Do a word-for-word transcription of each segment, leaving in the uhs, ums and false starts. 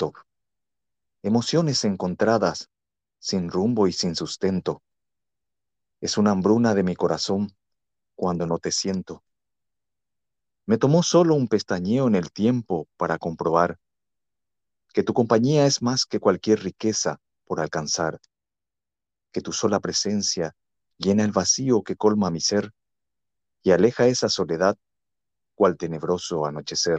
viento, emociones encontradas, sin rumbo y sin sustento. Es una hambruna de mi corazón cuando no te siento. Me tomó solo un pestañeo en el tiempo para comprobar que tu compañía es más que cualquier riqueza por alcanzar, que tu sola presencia llena el vacío que colma mi ser y aleja esa soledad cual tenebroso anochecer.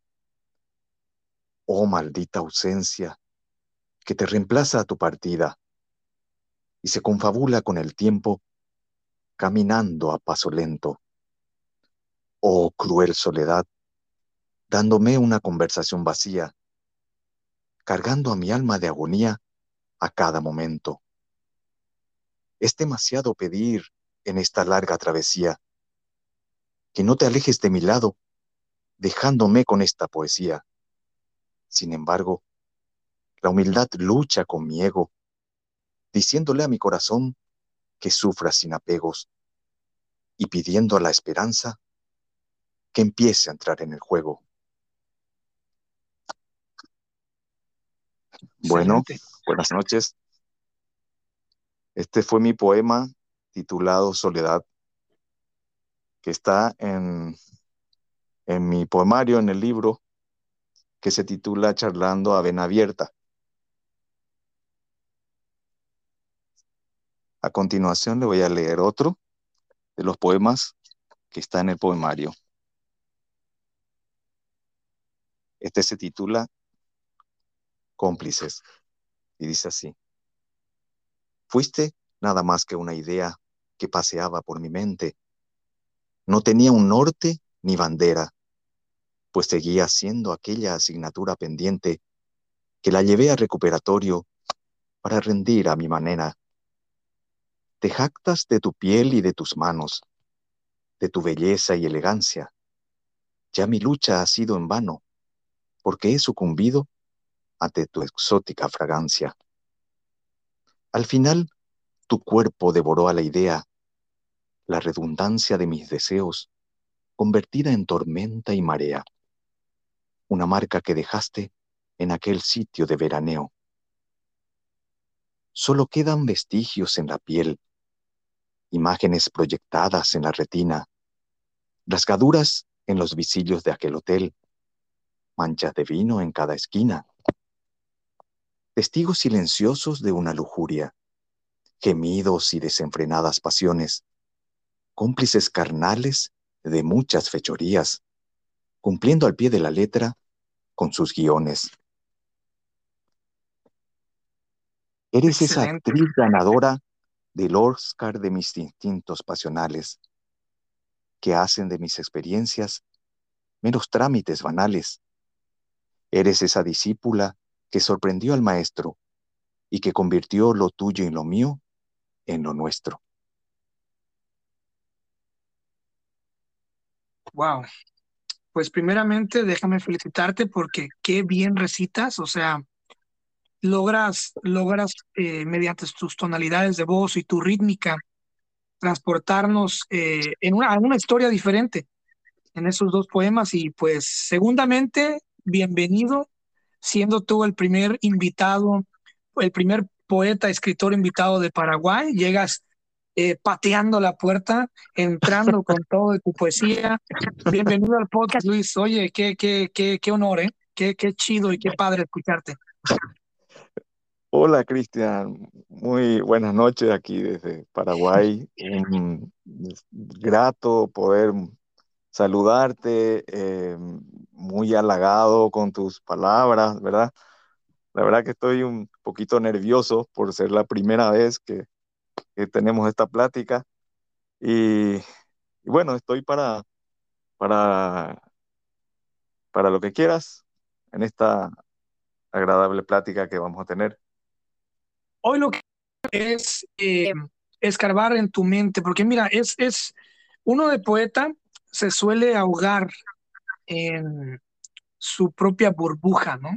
Oh maldita ausencia, que te reemplaza a tu partida y se confabula con el tiempo caminando a paso lento. Oh cruel soledad, dándome una conversación vacía, cargando a mi alma de agonía a cada momento. Es demasiado pedir en esta larga travesía que no te alejes de mi lado, dejándome con esta poesía. Sin embargo, la humildad lucha con mi ego, diciéndole a mi corazón que sufra sin apegos y pidiendo a la esperanza que empiece a entrar en el juego. Bueno, Excelente. buenas noches. Este fue mi poema titulado Soledad, que está en, en mi poemario, en el libro, que se titula Charlando a Vena Abierta. A continuación le voy a leer otro de los poemas que está en el poemario. Este se titula Cómplices y dice así. Fuiste nada más que una idea que paseaba por mi mente. No tenía un norte ni bandera, pues seguía siendo aquella asignatura pendiente que la llevé a recuperatorio para rendir a mi manera. Te jactas de tu piel y de tus manos, de tu belleza y elegancia. Ya mi lucha ha sido en vano, porque he sucumbido ante tu exótica fragancia. Al final, tu cuerpo devoró a la idea, la redundancia de mis deseos, convertida en tormenta y marea, una marca que dejaste en aquel sitio de veraneo. Solo quedan vestigios en la piel, imágenes proyectadas en la retina, rasgaduras en los visillos de aquel hotel, manchas de vino en cada esquina, testigos silenciosos de una lujuria, gemidos y desenfrenadas pasiones, cómplices carnales de muchas fechorías, cumpliendo al pie de la letra con sus guiones. Eres esa Excelente. actriz ganadora del Oscar de mis instintos pasionales, que hacen de mis experiencias meros trámites banales. Eres esa discípula que sorprendió al maestro y que convirtió lo tuyo y lo mío en lo nuestro. Wow. Pues primeramente déjame felicitarte porque qué bien recitas, o sea, logras, logras eh, mediante tus tonalidades de voz y tu rítmica transportarnos eh, en una, a una historia diferente en esos dos poemas y pues segundamente, bienvenido, siendo tú el primer invitado, el primer poeta, escritor invitado de Paraguay, llegas eh, pateando la puerta, entrando con todo de tu poesía. Bienvenido al podcast, Luis. Oye, qué, qué, qué, qué honor, ¿eh? Qué, qué chido y qué padre escucharte. Hola, Cristian. Muy buenas noches aquí desde Paraguay. Un grato poder saludarte, eh, muy halagado con tus palabras, ¿verdad? La verdad que estoy un poquito nervioso por ser la primera vez que, que tenemos esta plática y, y bueno, estoy para, para, para lo que quieras en esta agradable plática que vamos a tener. Hoy lo que es eh, escarbar en tu mente, porque mira, es, es uno de poeta se suele ahogar en su propia burbuja, ¿no?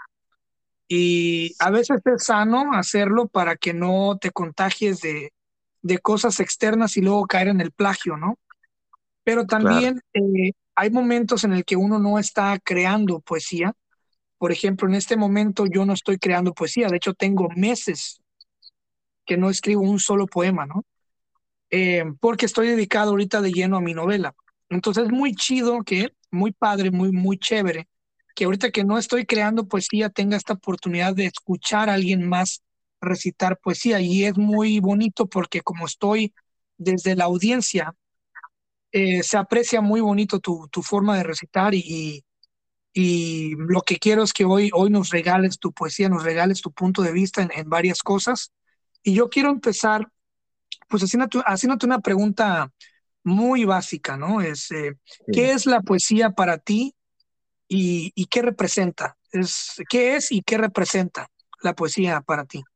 Y a veces es sano hacerlo para que no te contagies de, de cosas externas y luego caer en el plagio, ¿no? Pero Claro, también eh, hay momentos en el que uno no está creando poesía Por ejemplo, en este momento yo no estoy creando poesía, de hecho tengo meses que no escribo un solo poema, ¿no? Eh, porque estoy dedicado ahorita de lleno a mi novela. Entonces es muy chido que, muy padre, muy, muy chévere, que ahorita que no estoy creando poesía tenga esta oportunidad de escuchar a alguien más recitar poesía. Y es muy bonito porque como estoy desde la audiencia, eh, se aprecia muy bonito tu, tu forma de recitar y, y lo que quiero es que hoy, hoy nos regales tu poesía, nos regales tu punto de vista en, en varias cosas. Y yo quiero empezar pues haciéndote, haciéndote una pregunta muy básica, ¿no? Es, eh, ¿qué Sí. es la poesía para ti y, y qué representa? Es, ¿qué es y qué representa la poesía para ti?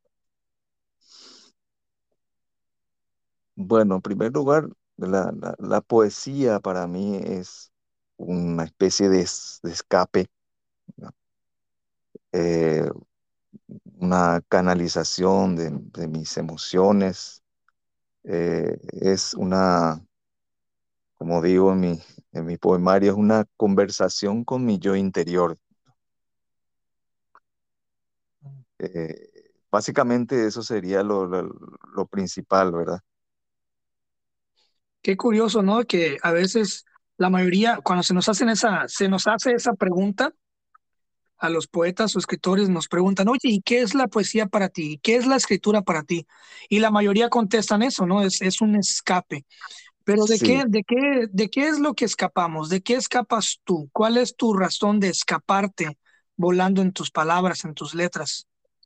Bueno, en primer lugar, la, la- la poesía para mí es una especie de, es- de escape, ¿no? Eh, una canalización de, de mis emociones. Eh, es una, como digo en mi, en mi poemario, es una conversación con mi yo interior. Eh, Básicamente eso sería lo, lo, lo principal, ¿verdad? Qué curioso, ¿no? Que a veces la mayoría, cuando se nos hacen esa, se nos hace esa pregunta, a los poetas o escritores nos preguntan, oye, ¿y qué es la poesía para ti? ¿Qué es la escritura para ti? Y la mayoría contestan eso, ¿no? Es, es un escape. Pero ¿de qué, Sí, de qué, de qué es lo que escapamos? ¿De qué escapas tú? ¿Cuál es tu razón de escaparte volando en tus palabras, en tus letras?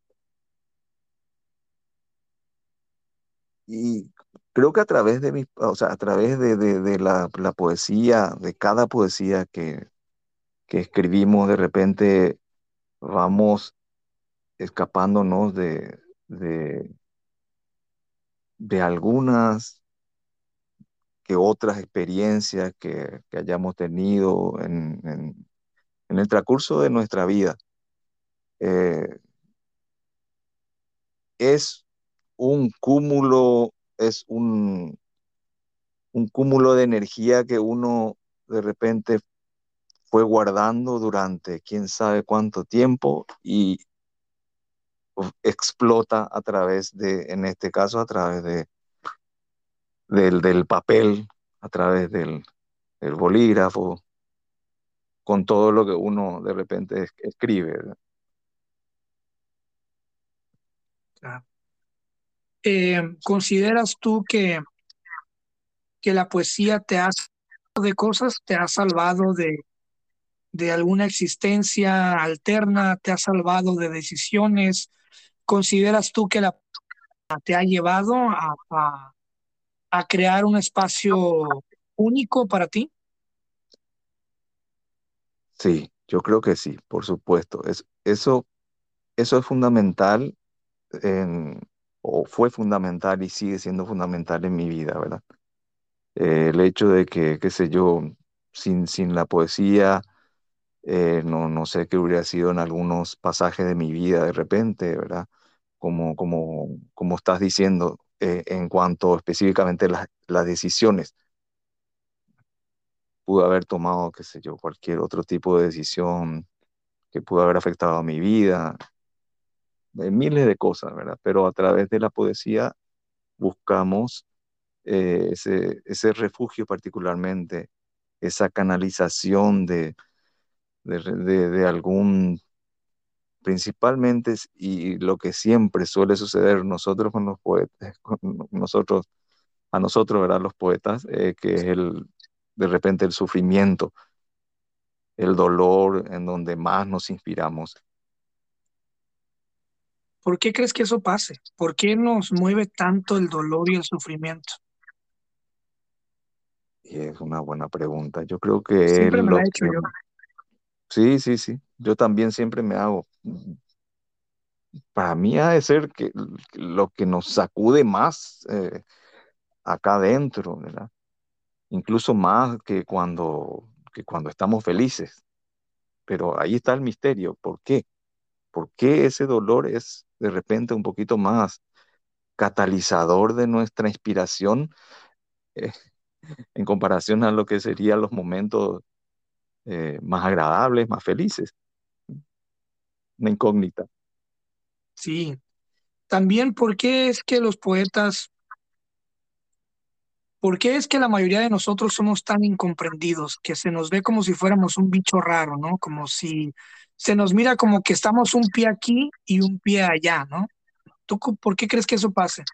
y creo que a través de mi, o sea, a través de, de, de la, la poesía, de cada poesía que, que escribimos, de repente vamos escapándonos de, de, de algunas que otras experiencias que, que hayamos tenido en, en, en el transcurso de nuestra vida. Eh, es un cúmulo, es un, un cúmulo de energía que uno de repente fue guardando durante quién sabe cuánto tiempo y uf, explota a través de, en este caso, a través de, del, del papel, a través del, del bolígrafo, con todo lo que uno de repente es- escribe, ¿verdad? Ah. Eh, ¿consideras tú que, que la poesía te ha salvado de cosas, te ha salvado de, de alguna existencia alterna, te ha salvado de decisiones? ¿Consideras tú que la te ha llevado a, a, a crear un espacio único para ti? Sí, yo creo que sí, por supuesto. Es, eso, eso es fundamental en, o fue fundamental y sigue siendo fundamental en mi vida, ¿verdad? Eh, el hecho de que, qué sé yo, sin, sin la poesía, eh, no, no sé qué hubiera sido en algunos pasajes de mi vida de repente, ¿verdad? Como, como, como estás diciendo, eh, en cuanto específicamente a las, las decisiones, pude haber tomado, qué sé yo, cualquier otro tipo de decisión que pudo haber afectado a mi vida, eh, miles de cosas, ¿verdad? Pero a través de la poesía buscamos eh, ese, ese refugio particularmente, esa canalización de, de, de- de algún, principalmente, es- y lo que siempre suele suceder nosotros con los poetas, con nosotros, a nosotros, ¿verdad? Los poetas, eh, que es el, de repente el sufrimiento, el dolor en donde más nos inspiramos. ¿Por qué crees que eso pase? ¿Por qué nos mueve tanto el dolor y el sufrimiento? Y es una buena pregunta. Yo creo que es Siempre me la lo he hecho que, yo. sí, sí, sí, yo también siempre me hago. Para mí ha de ser que lo que nos sacude más eh, acá adentro, ¿verdad? Incluso más que cuando, que cuando estamos felices. Pero ahí está el misterio. ¿Por qué? ¿Por qué ese dolor es de repente un poquito más catalizador de nuestra inspiración eh, en comparación a lo que serían los momentos eh, más agradables, más felices? una incógnita. Sí. También, ¿por qué es que los poetas, por qué es que la mayoría de nosotros somos tan incomprendidos, que se nos ve como si fuéramos un bicho raro, ¿no? Como si se nos mira como que estamos un pie aquí y un pie allá, ¿no? ¿Tú cu- por qué crees que eso pase?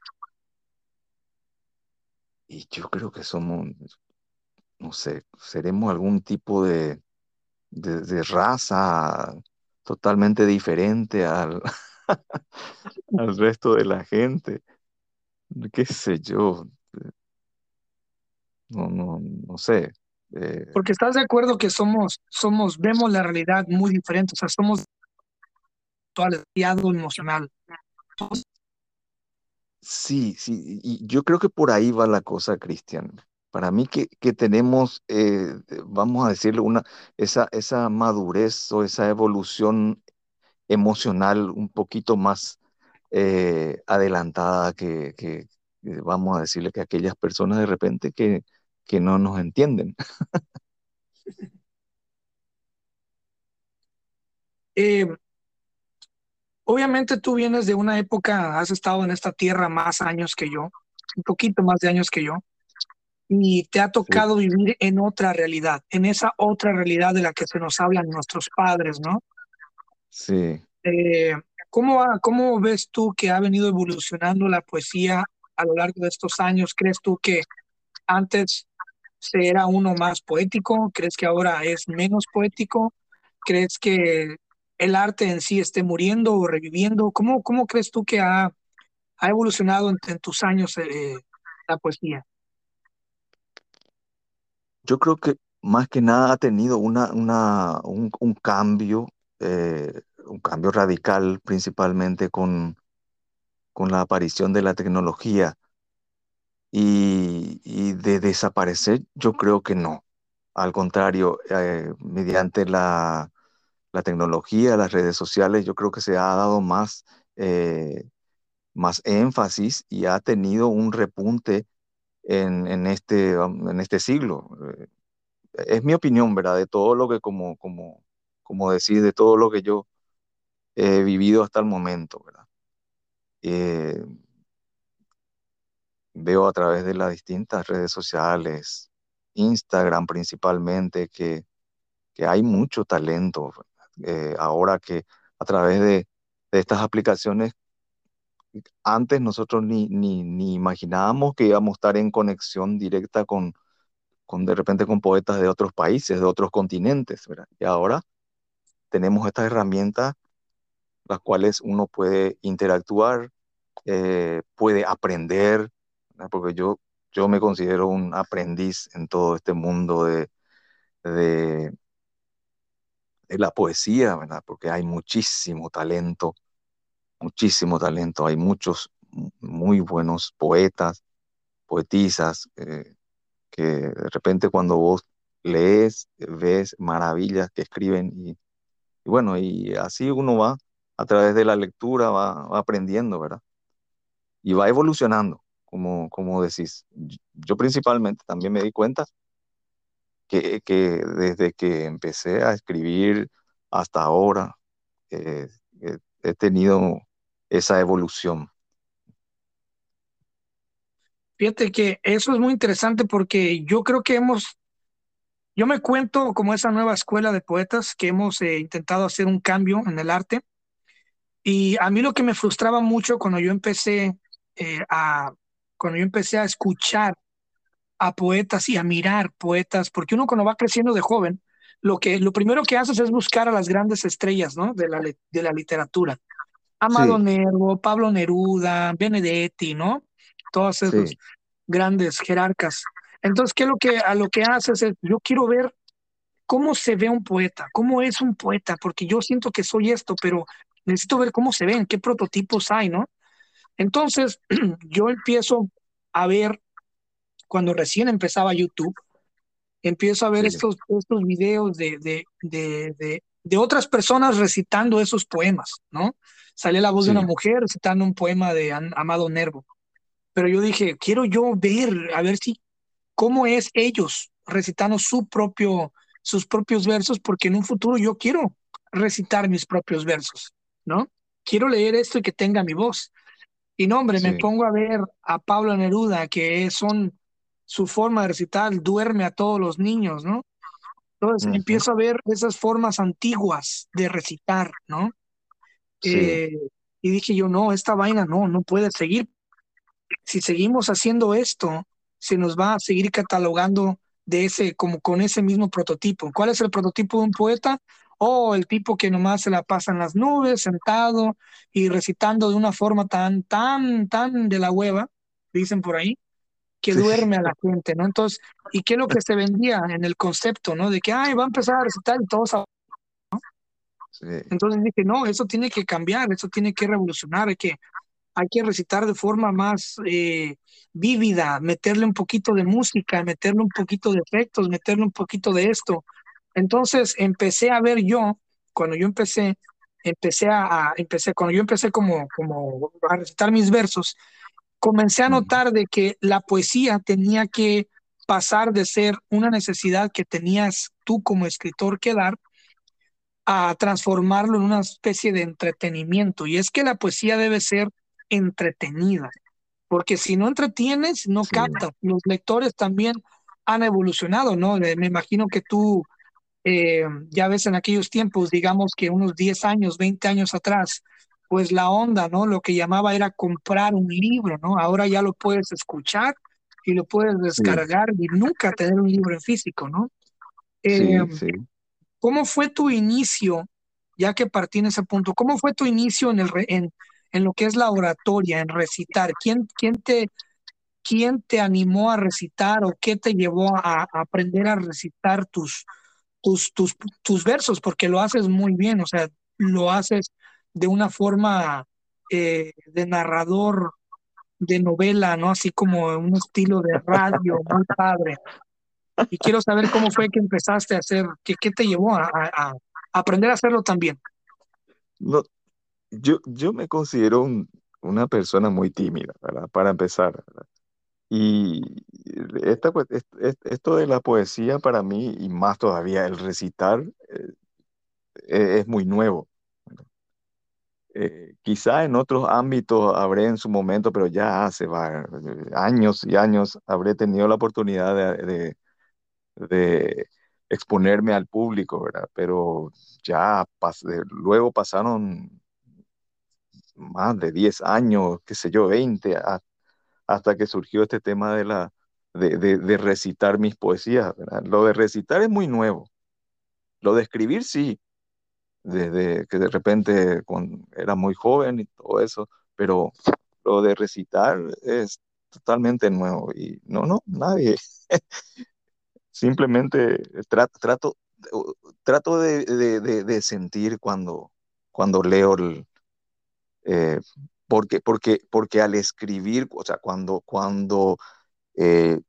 Y yo creo que somos, no sé, seremos algún tipo de, de, de raza totalmente diferente al, al resto de la gente. Qué sé yo, no, no, no sé. Eh, Porque estás de acuerdo que somos, somos, vemos la realidad muy diferente, o sea, somos demasiado emocional. sí, sí, y yo creo que por ahí va la cosa, Cristian. Para mí que, que tenemos, eh, vamos a decirle, una, esa, esa madurez o esa evolución emocional un poquito más eh, adelantada que, que, que vamos a decirle que aquellas personas de repente que, que no nos entienden. Eh, Obviamente tú vienes de una época, has estado en esta tierra más años que yo, un poquito más de años que yo, y te ha Sí, tocado vivir en otra realidad, en esa otra realidad de la que se nos hablan nuestros padres, ¿no? sí. Eh, ¿cómo, ha- cómo ves tú que ha venido evolucionando la poesía a lo largo de estos años? ¿Crees tú que antes se era uno más poético? ¿Crees que ahora es menos poético? ¿Crees que el arte en sí esté muriendo o reviviendo? ¿Cómo, cómo crees tú que ha, ha evolucionado en, en tus años eh, la poesía? Yo creo que más que nada ha tenido una, una, un, un cambio, eh, un cambio radical, principalmente con, con la aparición de la tecnología. Y, y de desaparecer, yo creo que no. Al contrario, eh, mediante la, la tecnología, las redes sociales, yo creo que se ha dado más, eh, más énfasis y ha tenido un repunte en, en este, um, en este siglo. Eh, es mi opinión, ¿verdad? De todo lo que, como, como, como decir, de todo lo que yo he vivido hasta el momento, ¿verdad? Eh, Veo a través de las distintas redes sociales, Instagram principalmente, que, que hay mucho talento. Eh, ahora que a través de, de estas aplicaciones, antes nosotros ni, ni, ni imaginábamos que íbamos a estar en conexión directa con, con de repente con poetas de otros países, de otros continentes, ¿verdad? Y ahora tenemos estas herramientas, las cuales uno puede interactuar, eh, puede aprender, ¿verdad? Porque yo, yo me considero un aprendiz en todo este mundo de, de, de la poesía, ¿verdad? Porque hay muchísimo talento, muchísimo talento, hay muchos muy buenos poetas, poetisas, eh, que de repente cuando vos lees, ves maravillas que escriben y, y bueno, y así uno va a través de la lectura, va, va aprendiendo, ¿verdad? Y va evolucionando, como, como decís. Yo principalmente también me di cuenta que, que desde que empecé a escribir hasta ahora, eh, eh, he tenido esa evolución. Fíjate que eso es muy interesante porque yo creo que hemos, yo me cuento como esa nueva escuela de poetas que hemos eh, intentado hacer un cambio en el arte. Y a mí lo que me frustraba mucho cuando yo empecé eh, a, cuando yo empecé a escuchar a poetas y a mirar poetas, porque uno cuando va creciendo de joven, lo que, lo primero que haces es buscar a las grandes estrellas, ¿no? De la, li- de la literatura. Amado Sí, Nervo, Pablo Neruda, Benedetti, ¿no? Todos esos sí, grandes jerarcas. Entonces, ¿qué es lo que, a lo que haces? Es, yo quiero ver cómo se ve un poeta, cómo es un poeta, porque yo siento que soy esto, pero necesito ver cómo se ven, qué prototipos hay, ¿no? Entonces, yo empiezo a ver, cuando recién empezaba YouTube, empiezo a ver sí, estos, estos videos de, de, de, de, de otras personas recitando esos poemas, ¿no? Sale la voz de una sí. mujer recitando un poema de An- Amado Nervo. Pero yo dije, quiero yo ver, a ver si, cómo es ellos recitando su propio, sus propios versos, porque en un futuro yo quiero recitar mis propios versos. ¿no? Quiero leer esto y que tenga mi voz. Y no, hombre, me sí, pongo a ver a Pablo Neruda, que son su forma de recitar, duerme a todos los niños, ¿no? Entonces ujú, empiezo a ver esas formas antiguas de recitar, ¿no? sí, Eh, y dije yo, no, esta vaina no, no puede seguir. Si seguimos haciendo esto, se nos va a seguir catalogando de ese, como con ese mismo prototipo. ¿Cuál es el prototipo de un poeta? O el tipo que nomás se la pasa en las nubes, sentado y recitando de una forma tan, tan, tan de la hueva, dicen por ahí, que sí, duerme a la gente, ¿no? Entonces, ¿y qué es lo que se vendía en el concepto, ¿no? De que, ay, va a empezar a recitar y todos. sí, Entonces dije, no, eso tiene que cambiar, eso tiene que revolucionar, hay que, hay que recitar de forma más eh, vívida, meterle un poquito de música, meterle un poquito de efectos, meterle un poquito de esto. Entonces empecé a ver yo, cuando yo empecé, empecé a, a- empecé, cuando yo empecé como, como a recitar mis versos, comencé a mm, notar de que la poesía tenía que pasar de ser una necesidad que tenías tú como escritor que dar a transformarlo en una especie de entretenimiento. Y es que la poesía debe ser entretenida, porque si no entretienes, no sí, captas. Los lectores también han evolucionado, ¿no? Eh, Me imagino que tú eh, ya ves en aquellos tiempos, digamos que unos diez años, veinte años atrás, pues la onda, ¿no? Lo que llamaba era comprar un libro, ¿no? Ahora ya lo puedes escuchar y lo puedes sí, descargar y nunca tener un libro en físico, ¿no? Eh, sí, sí. ¿Cómo fue tu inicio, ya que partí en ese punto, cómo fue tu inicio en, el re- en, en lo que es la oratoria, en recitar? ¿Quién, quién te, quién te animó a recitar o qué te llevó a, a aprender a recitar tus, tus, tus, tus versos? Porque lo haces muy bien, o sea, lo haces de una forma eh, de narrador de novela, ¿no? Así como un estilo de radio muy padre. Y quiero saber cómo fue que empezaste a hacer, qué, qué te llevó a, a- a aprender a hacerlo también. No, yo, yo me considero un- una persona muy tímida, ¿verdad? Para empezar, ¿verdad? Y esta, cue- est- est- esto de la poesía para mí, y más todavía el recitar, eh, e- es muy nuevo. Eh, quizá en otros ámbitos habré en su momento, pero ya hace va, eh, años y años habré tenido la oportunidad de, de- de exponerme al público, ¿verdad? Pero ya pas- eh, luego pasaron más de diez años, qué sé yo, veinte, a- hasta que surgió este tema de la, de, de- de recitar mis poesías, ¿verdad? Lo de recitar es muy nuevo. Lo de escribir sí, desde que de repente cuando era muy joven y todo eso, pero lo de recitar es totalmente nuevo y no, no, nadie. Simplemente trato, trato, trato de, de- de- de sentir cuando, cuando leo el, eh, porque, porque, porque al escribir, o sea, cuando, cuando, eh,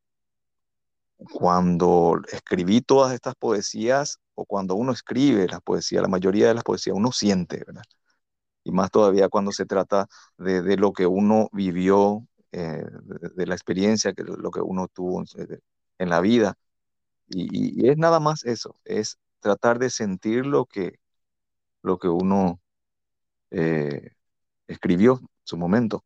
cuando escribí todas estas poesías o cuando uno escribe las poesías, la mayoría de las poesías, uno siente, ¿verdad? Y más todavía cuando se trata de, de lo que uno vivió, eh, de, de la experiencia, que lo que uno tuvo en, en la vida. Y, y es nada más eso, es tratar de sentir lo que, lo que uno eh, escribió en su momento.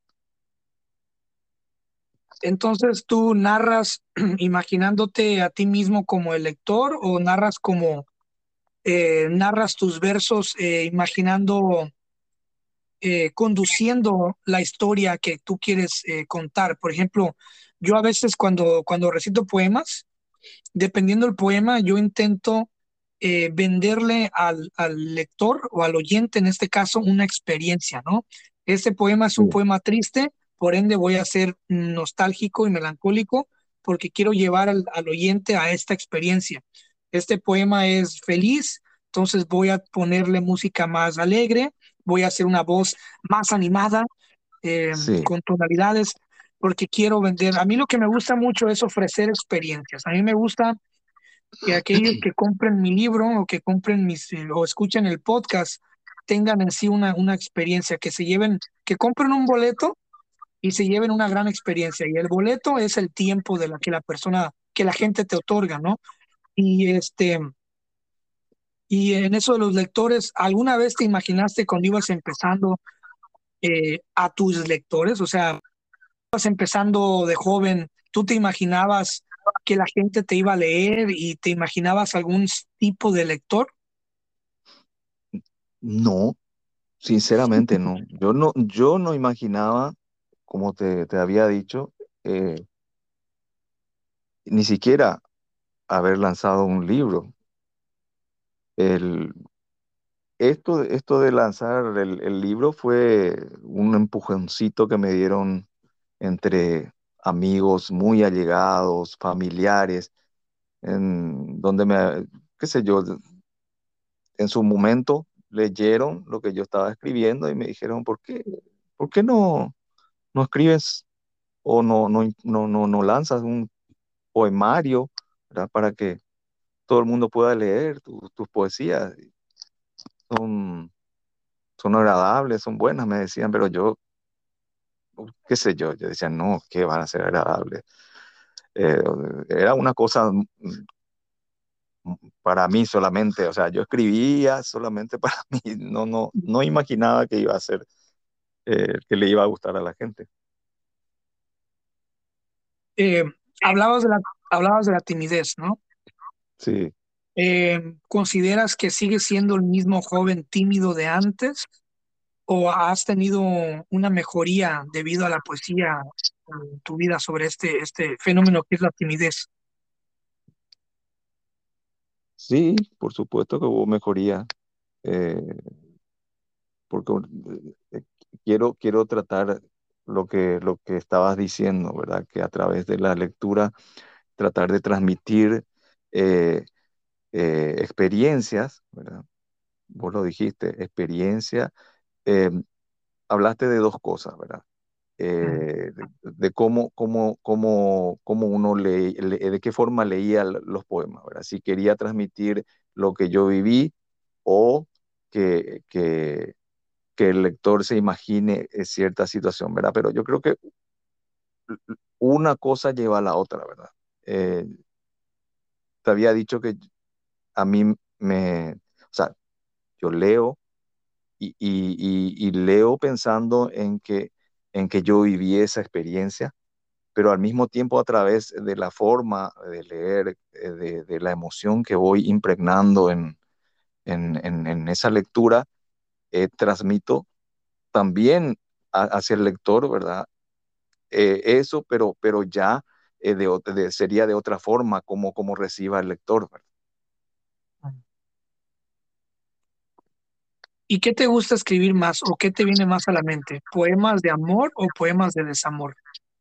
Entonces, ¿tú narras imaginándote a ti mismo como el lector o narras como, eh, narras tus versos eh, imaginando, eh, conduciendo la historia que tú quieres eh, contar? Por ejemplo, yo a veces cuando, cuando recito poemas, dependiendo del poema, yo intento eh, venderle al, al lector o al oyente, en este caso, una experiencia, ¿no? Este poema es Sí, un poema triste, por ende voy a ser nostálgico y melancólico porque quiero llevar al, al oyente a esta experiencia. Este poema es feliz, entonces voy a ponerle música más alegre, voy a hacer una voz más animada, eh, sí, con tonalidades, porque quiero vender. A mí lo que me gusta mucho es ofrecer experiencias. A mí me gusta que aquellos que compren mi libro o que compren mis eh, o escuchen el podcast tengan en sí una, una experiencia, que se lleven, que compren un boleto y se lleven una gran experiencia. Y el boleto es el tiempo de la que la persona, que la gente te otorga, ¿no? Y este, Y en eso de los lectores, ¿alguna vez te imaginaste cuando ibas empezando eh, a tus lectores? O sea, ibas empezando de joven, ¿tú te imaginabas que la gente te iba a leer y te imaginabas algún tipo de lector? No, sinceramente no. Yo no, yo no imaginaba, como te, te había dicho, eh, ni siquiera haber lanzado un libro. El, esto, de- esto de lanzar el, el libro fue un empujoncito que me dieron entre amigos muy allegados, familiares, en donde me, qué sé yo, en su momento leyeron lo que yo estaba escribiendo y me dijeron, ¿por qué, por qué no, no escribes o no, no, no, no, no lanzas un poemario, ¿verdad? Para que todo el mundo pueda leer tu- tus poesías? Son, son agradables, son buenas, me decían, pero yo, qué sé yo, yo decía, no, ¿qué van a ser agradables? Eh, Era una cosa mm, para mí solamente, o sea, yo escribía solamente para mí, no, no, no imaginaba que iba a ser, eh, que le iba a gustar a la gente. Eh, hablabas de la, hablabas de la timidez, ¿no? Sí, Eh, ¿consideras que sigues siendo el mismo joven tímido de antes o has tenido una mejoría debido a la poesía en tu vida sobre este, este fenómeno que es la timidez? sí, por supuesto que hubo mejoría, eh, porque eh, quiero, quiero tratar lo que, lo que estabas diciendo, ¿verdad? Que a través de la lectura tratar de transmitir eh, eh, experiencias, ¿verdad? Vos lo dijiste, experiencia. eh, Hablaste de dos cosas, ¿verdad? Mm. Eh, de, de cómo, cómo, cómo, cómo uno le, le- de qué forma leía l- los poemas, ¿verdad? Si quería transmitir lo que yo viví o que, que, que el lector se imagine eh, cierta situación, ¿verdad? Pero yo creo que una cosa lleva a la otra, ¿verdad? Eh, Te había dicho que a mí me, o sea, yo leo y, y- y- y leo pensando en que, en que yo viví esa experiencia, pero al mismo tiempo a través de la forma de leer, eh, de, de la emoción que voy impregnando en, en, en- en esa lectura, eh, transmito también a- hacia el lector, ¿verdad? Eh, eso, pero, pero ya eh, de, ot- de- sería de otra forma como, como reciba el lector, ¿verdad? ¿Y qué te gusta escribir más o qué te viene más a la mente? ¿Poemas de amor o poemas de desamor?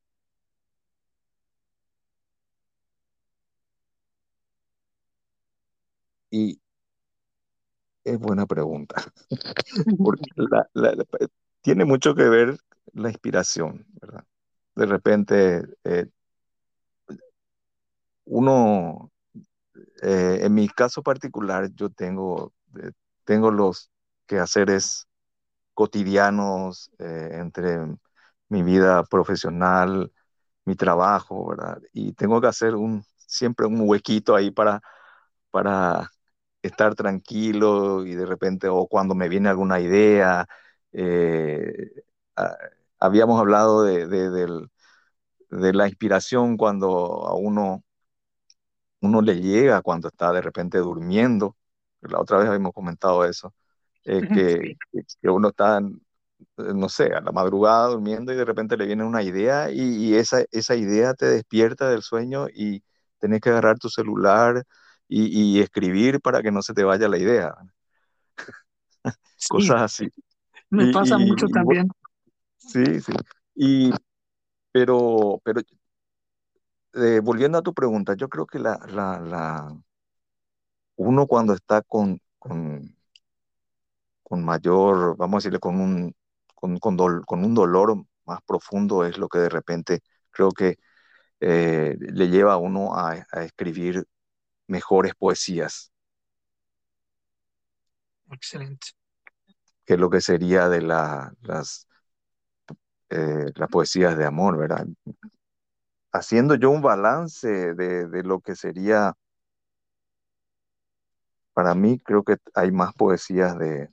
Y es buena pregunta, porque la- la- la- tiene mucho que ver la inspiración, ¿verdad? De repente, eh, uno, eh, en mi caso particular, yo tengo, eh, tengo los quehaceres cotidianos eh, entre mi vida profesional, mi trabajo, ¿verdad? Y tengo que hacer un, siempre un huequito ahí para, para estar tranquilo y de repente, o cuando me viene alguna idea, eh, ah, habíamos hablado de, de, del- de la inspiración cuando a uno, uno le llega, cuando está de repente durmiendo. La otra vez habíamos comentado eso, eh, que, Sí, que uno está, eh, no sé, a la madrugada durmiendo y de repente le viene una idea y, y esa, esa idea te despierta del sueño y tenés que agarrar tu celular y, y escribir para que no se te vaya la idea, sí, cosas así. me pasa Y, y- mucho y bu- también. sí, sí. Y, pero, pero eh, volviendo a tu pregunta, yo creo que la, la, la, uno cuando está con, con, con mayor, vamos a decirle, con un, con, con, dol- con un dolor más profundo es lo que de repente creo que eh, le lleva a uno a, a escribir mejores poesías, Excelente. que es lo que sería de la, las, eh, las poesías de amor, ¿verdad? Haciendo yo un balance de, de lo que sería Para mí creo que hay más poesías de,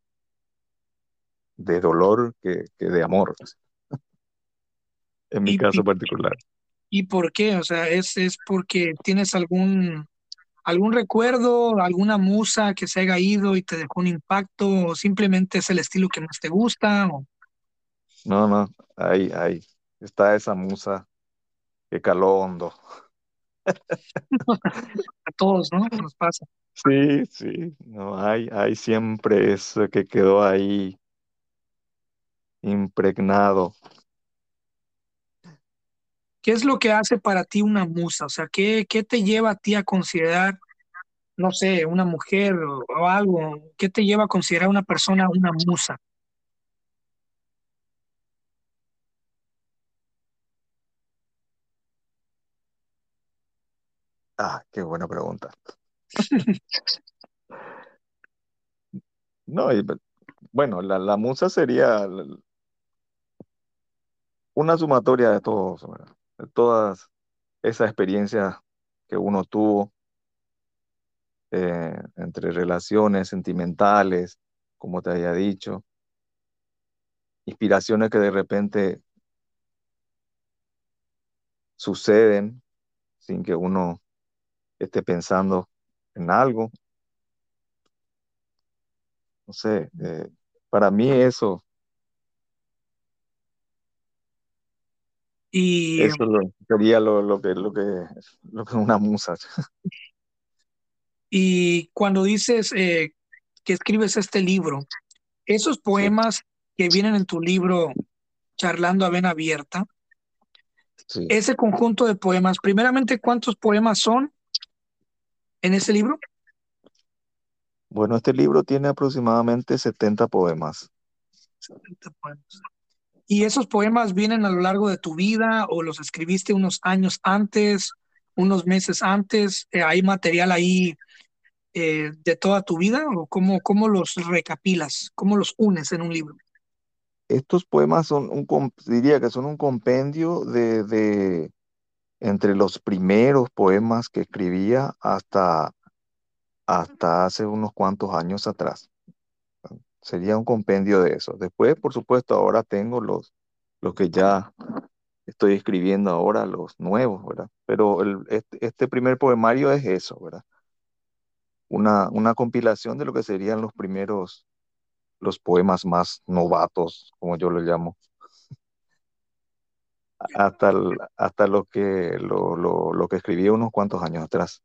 de dolor que, que de amor, en mi ¿Y, caso y, particular. y por qué? O sea, ¿es, es porque tienes algún, algún recuerdo, alguna musa que se haya ido y te dejó un impacto, o simplemente es el estilo que más te gusta? O No, no, ahí, ahí está esa musa que caló hondo. a todos, ¿no? Nos pasa. Sí, sí, no, hay, hay siempre eso que quedó ahí impregnado. ¿Qué es lo que hace para ti una musa? O sea, ¿qué, qué te lleva a ti a considerar, no sé, una mujer o, o algo? ¿Qué te lleva a considerar una persona una musa? Ah, qué buena pregunta. No, y, bueno, la, la musa sería la- una sumatoria de todos, ¿verdad? De todas esas experiencias que uno tuvo eh, entre relaciones sentimentales, como te había dicho, inspiraciones que de repente suceden sin que uno esté pensando en algo. No sé, eh, para mí eso, Y, eso lo- sería lo, lo que, lo que, lo que es una musa. y cuando dices eh, que escribes este libro, esos Sí, poemas que vienen en tu libro Charlando a Vena Abierta, sí. ese conjunto de poemas, primeramente, ¿cuántos poemas son en ese libro? Bueno, este libro tiene aproximadamente setenta poemas. setenta poemas. ¿Y esos poemas vienen a lo largo de tu vida o los escribiste unos años antes, unos meses antes? Eh, ¿hay material ahí eh, de toda tu vida o cómo, cómo los recapilas, cómo los unes en un libro? Estos poemas son un, com- diría que son un compendio de, de entre los primeros poemas que escribía hasta, hasta hace unos cuantos años atrás. Sería un compendio de eso. Después, por supuesto, ahora tengo los, los que ya estoy escribiendo ahora, los nuevos, ¿verdad? Pero el- este, este primer poemario es eso, ¿verdad? Una, una compilación de lo que serían los primeros, los poemas más novatos, como yo lo llamo, hasta, el- hasta lo que, lo, lo, lo que escribí unos cuantos años atrás.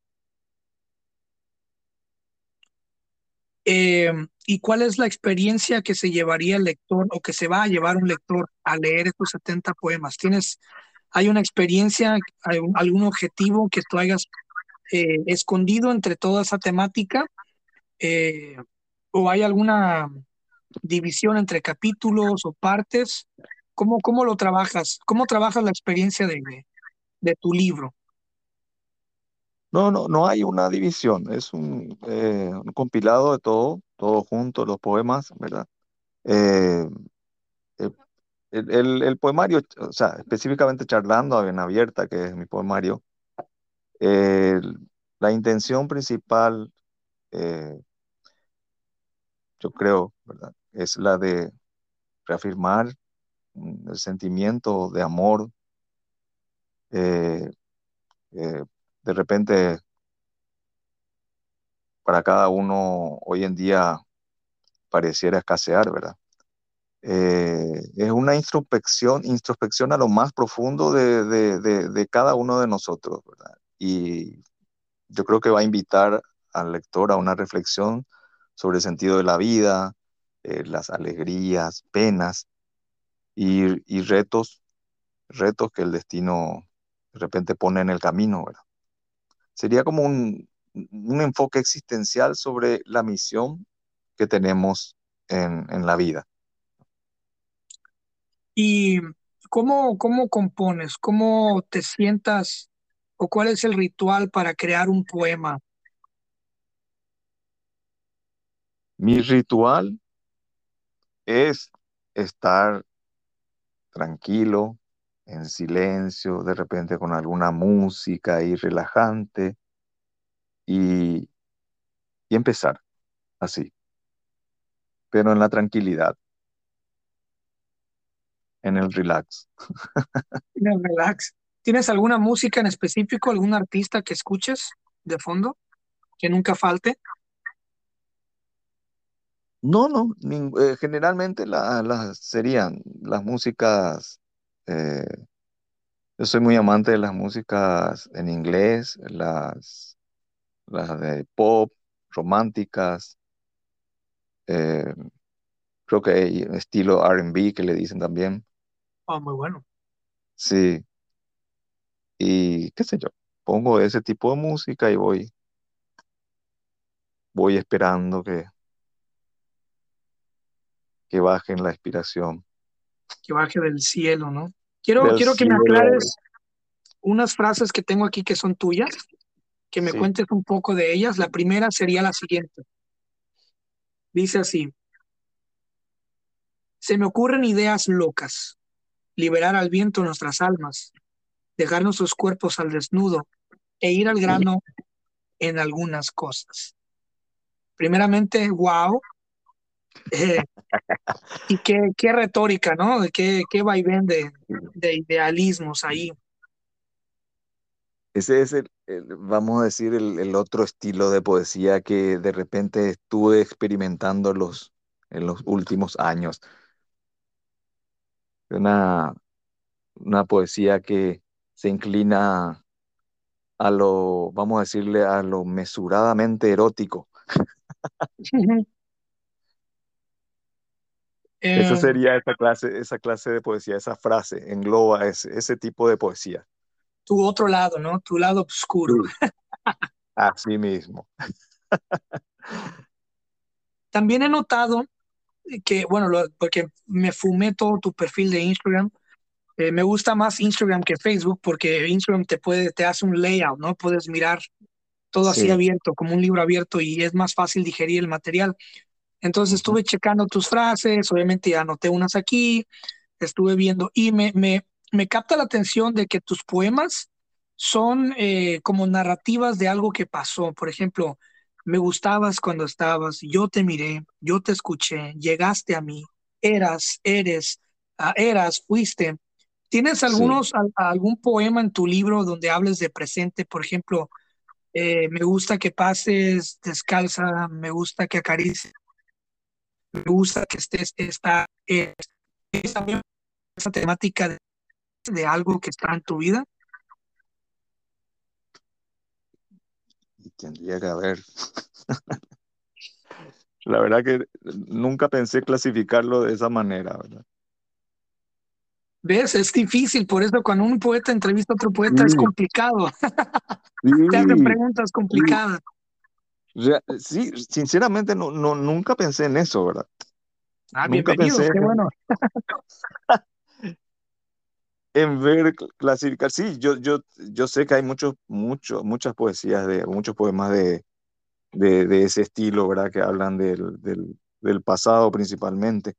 Eh, ¿y cuál es la experiencia que se llevaría el lector o que se va a llevar un lector a leer estos setenta poemas? ¿Tienes, hay una experiencia, hay un- algún objetivo que tú hayas eh, escondido entre toda esa temática? Eh, ¿O hay alguna división entre capítulos o partes? ¿Cómo, cómo lo trabajas? ¿Cómo trabajas la experiencia de, de, de tu libro? No, no, no hay una división, es un, eh, un compilado de todo, todo junto, los poemas, ¿verdad? Eh, eh, el, el- el poemario, o sea, específicamente Charlando a Vena Abierta, que es mi poemario, eh, la intención principal, eh, yo creo, ¿verdad? Es la de reafirmar mm, el sentimiento de amor. eh, eh, de repente, para cada uno hoy en día pareciera escasear, ¿verdad? Eh, es una introspección, introspección a lo más profundo de, de- de- de cada uno de nosotros, ¿verdad? Y yo creo que va a invitar al lector a una reflexión sobre el sentido de la vida, eh, las alegrías, penas y, y retos, retos que el destino de repente pone en el camino, ¿verdad? Sería como un, un enfoque existencial sobre la misión que tenemos en, en la vida. ¿Y cómo, cómo compones? ¿Cómo te sientas? ¿O cuál es el ritual para crear un poema? Mi ritual es estar tranquilo, en silencio, de repente con alguna música ahí relajante y, y empezar así, pero en la tranquilidad, en el relax. Mira, relax. ¿Tienes alguna música en específico, algún artista que escuches de fondo, que nunca falte? No, no, nin- eh, generalmente la- las serían las músicas, eh, yo soy muy amante de las músicas en inglés, las, las de pop, románticas, eh, creo que hay estilo R and B que le dicen también, Oh, muy bueno. sí, y qué sé yo, pongo ese tipo de música y voy, voy esperando que, que bajen la inspiración Que baje del cielo, ¿no? Quiero, del quiero que me cielo. aclares unas frases que tengo aquí que son tuyas, que me Sí, cuentes un poco de ellas. La primera sería la siguiente. Dice así, se me ocurren ideas locas, liberar al viento nuestras almas, dejar nuestros cuerpos al desnudo e ir al grano en algunas cosas. Primeramente, wow, eh, y qué, qué retórica, ¿no? Qué, qué vaivén de, de idealismos ahí. ese es el, el- vamos a decir, el, el otro estilo de poesía que de repente estuve experimentando los, en los últimos años. Una, una poesía que se inclina a lo, vamos a decirle, a lo mesuradamente erótico. Esa Eh, sería esa clase, esa clase de poesía, esa frase engloba ese, ese tipo de poesía. Tu otro lado, ¿no? Tu lado oscuro. Sí. Así mismo. También he notado que, bueno, lo- porque me fumé todo tu perfil de Instagram. Eh, me gusta más Instagram que Facebook porque Instagram te puede, te hace un layout, ¿no? Puedes mirar todo así Sí. abierto, como un libro abierto y es más fácil digerir el material. Entonces Ujú. estuve checando tus frases, obviamente anoté unas aquí, estuve viendo y me, me, me capta la atención de que tus poemas son eh, como narrativas de algo que pasó. Por ejemplo, me gustabas cuando estabas, yo te miré, yo te escuché, llegaste a mí, eras, eres, ah, eras, fuiste. ¿Tienes Sí. algunos, al- algún poema en tu libro donde hables de presente? Por ejemplo, eh, me gusta que pases descalza, me gusta que acaricies, me gusta que estés, está, eh, es también esa temática de, de algo que está en tu vida. Y tendría que haber. La verdad que nunca pensé clasificarlo de esa manera, ¿verdad? ¿Ves? Es difícil, por eso cuando un poeta entrevista a otro poeta es Sí, complicado, te hace sí, preguntas sí. complicadas. Rea- sí, sinceramente no, no, nunca pensé en eso, ¿verdad? Ah, Nunca bienvenido, pensé qué en, bueno. en ver, cl- clasificar. Sí, yo, yo, yo sé que hay muchos, muchos, muchas poesías de, muchos poemas de, de, de ese estilo, ¿verdad? Que hablan del, del, del pasado principalmente.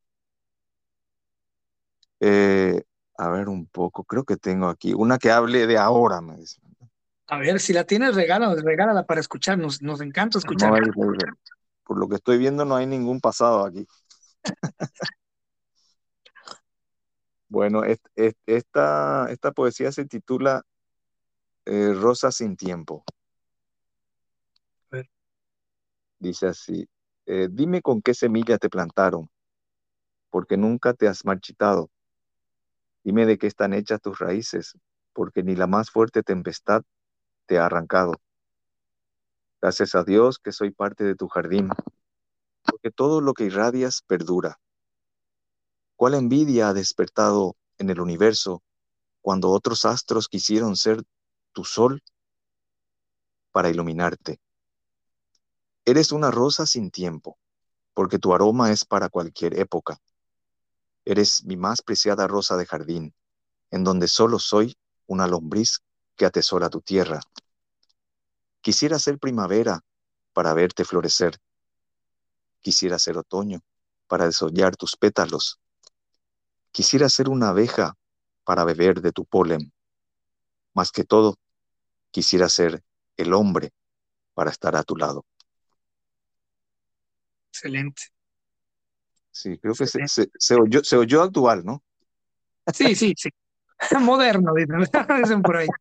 Eh, a ver un poco, creo que tengo aquí una que hable de ahora, me dice. A ver, si la tienes, regala, regálala para escucharnos. Nos encanta No hay, escucharte. por lo que estoy viendo, no hay ningún pasado aquí. Bueno, est- est- esta, esta poesía se titula eh, Rosa sin tiempo. A ver, Dice así, eh, dime con qué semilla te plantaron, porque nunca te has marchitado. Dime de qué están hechas tus raíces, porque ni la más fuerte tempestad te ha arrancado. Gracias a Dios que soy parte de tu jardín, porque todo lo que irradias perdura. ¿Cuál envidia ha despertado en el universo cuando otros astros quisieron ser tu sol para iluminarte? Eres una rosa sin tiempo, porque tu aroma es para cualquier época. Eres mi más preciada rosa de jardín, en donde solo soy una lombriz que atesora tu tierra. Quisiera ser primavera para verte florecer. Quisiera ser otoño para desollar tus pétalos. Quisiera ser una abeja para beber de tu polen. Más que todo, quisiera ser el hombre para estar a tu lado. Excelente, Sí, creo que se, excelente. se, se oyó, se oyó actual, ¿no? Sí, sí, sí. Moderno, dicen, dicen por ahí.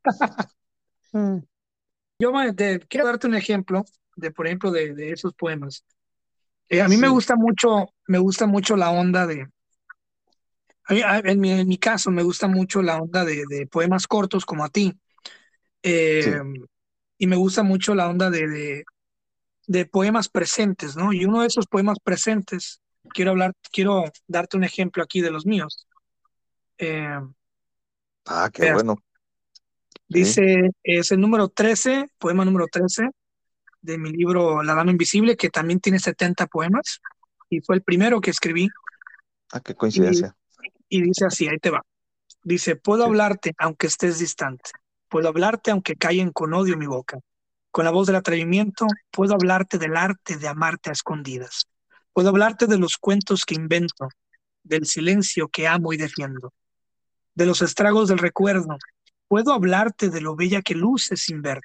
Mm. Yo me- te- quiero darte un ejemplo de, por ejemplo, de, de esos poemas. Eh, a mí me Sí, gusta mucho, me gusta mucho la onda de, a mí- a- en mi, en mi caso, me gusta mucho la onda de, de poemas cortos como a ti. Eh, sí, y me gusta mucho la onda de, de, de poemas presentes, ¿no? Y uno de esos poemas presentes, quiero hablar, quiero darte un ejemplo aquí de los míos. Eh, ah, qué Veas, bueno, sí, dice, es el número trece, poema número trece de mi libro La Dama Invisible, que también tiene setenta poemas, y fue el primero que escribí, ah, qué y, coincidencia, y dice así, ahí te va. Dice, puedo sí, hablarte aunque estés distante, puedo hablarte aunque callen con odio mi boca. Con la voz del atrevimiento, puedo hablarte del arte de amarte a escondidas. Puedo hablarte de los cuentos que invento, del silencio que amo y defiendo, de los estragos del recuerdo. Puedo hablarte de lo bella que luce sin ver.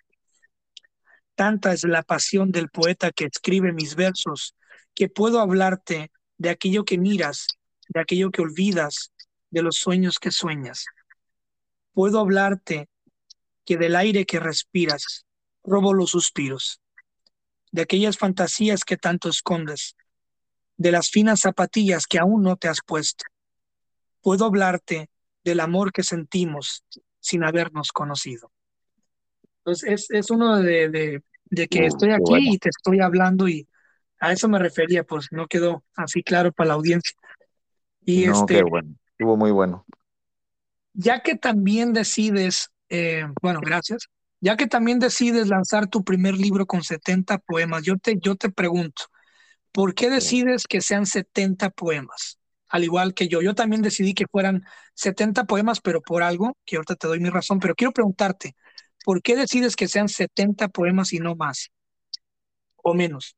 Tanta es la pasión del poeta que escribe mis versos, que puedo hablarte de aquello que miras, de aquello que olvidas, de los sueños que sueñas. Puedo hablarte que del aire que respiras robo los suspiros, de aquellas fantasías que tanto escondes, de las finas zapatillas que aún no te has puesto. Puedo hablarte del amor que sentimos sin habernos conocido. Entonces, es, es uno de, de, de que uh, estoy qué aquí bueno, y te estoy hablando y a eso me refería, pues no quedó así claro para la audiencia. Y no, qué este, bueno, estuvo muy bueno, ya que también decides, eh, bueno, gracias, ya que también decides lanzar tu primer libro con setenta poemas, yo te, yo te pregunto, ¿por qué sí. decides que sean setenta poemas? Al igual que yo, yo también decidí que fueran setenta poemas, pero por algo, que ahorita te doy mi razón, pero quiero preguntarte, ¿por qué decides que sean setenta poemas y no más o menos?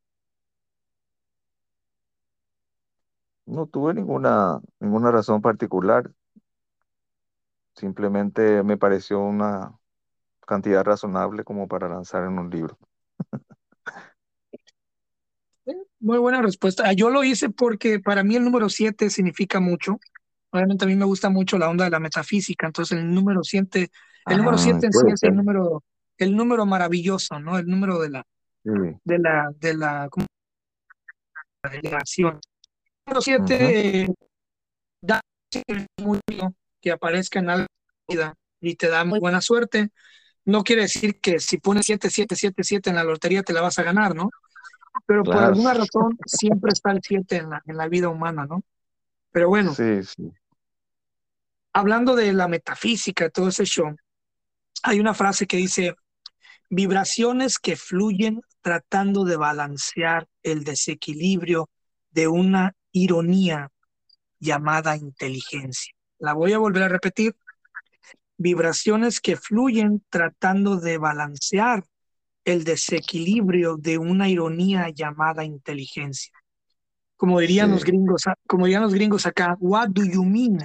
No tuve ninguna, ninguna razón particular, simplemente me pareció una cantidad razonable como para lanzar en un libro. Eh, Muy buena respuesta. Ah, Yo lo hice porque para mí el número siete significa mucho. Obviamente a mí me gusta mucho la onda de la metafísica, entonces el número siete, el número Ah, siete en sí puede es ser, el número, el número maravilloso, ¿no? El número de la, sí, de la, de la, ¿cómo? De la acción. El número ujú, siete eh, da muy bien que aparezca en algo en la vida y te da muy buena suerte. No quiere decir que si pones siete siete siete siete en la lotería te la vas a ganar, ¿no? Pero por claro, alguna razón siempre está el siete en la, en la vida humana, ¿no? Pero bueno, sí, sí, hablando de la metafísica, todo ese show, hay una frase que dice, vibraciones que fluyen tratando de balancear el desequilibrio de una ironía llamada inteligencia. La voy a volver a repetir, vibraciones que fluyen tratando de balancear el desequilibrio de una ironía llamada inteligencia. Como dirían los sí. gringos, como dirían los gringos acá, what do you mean?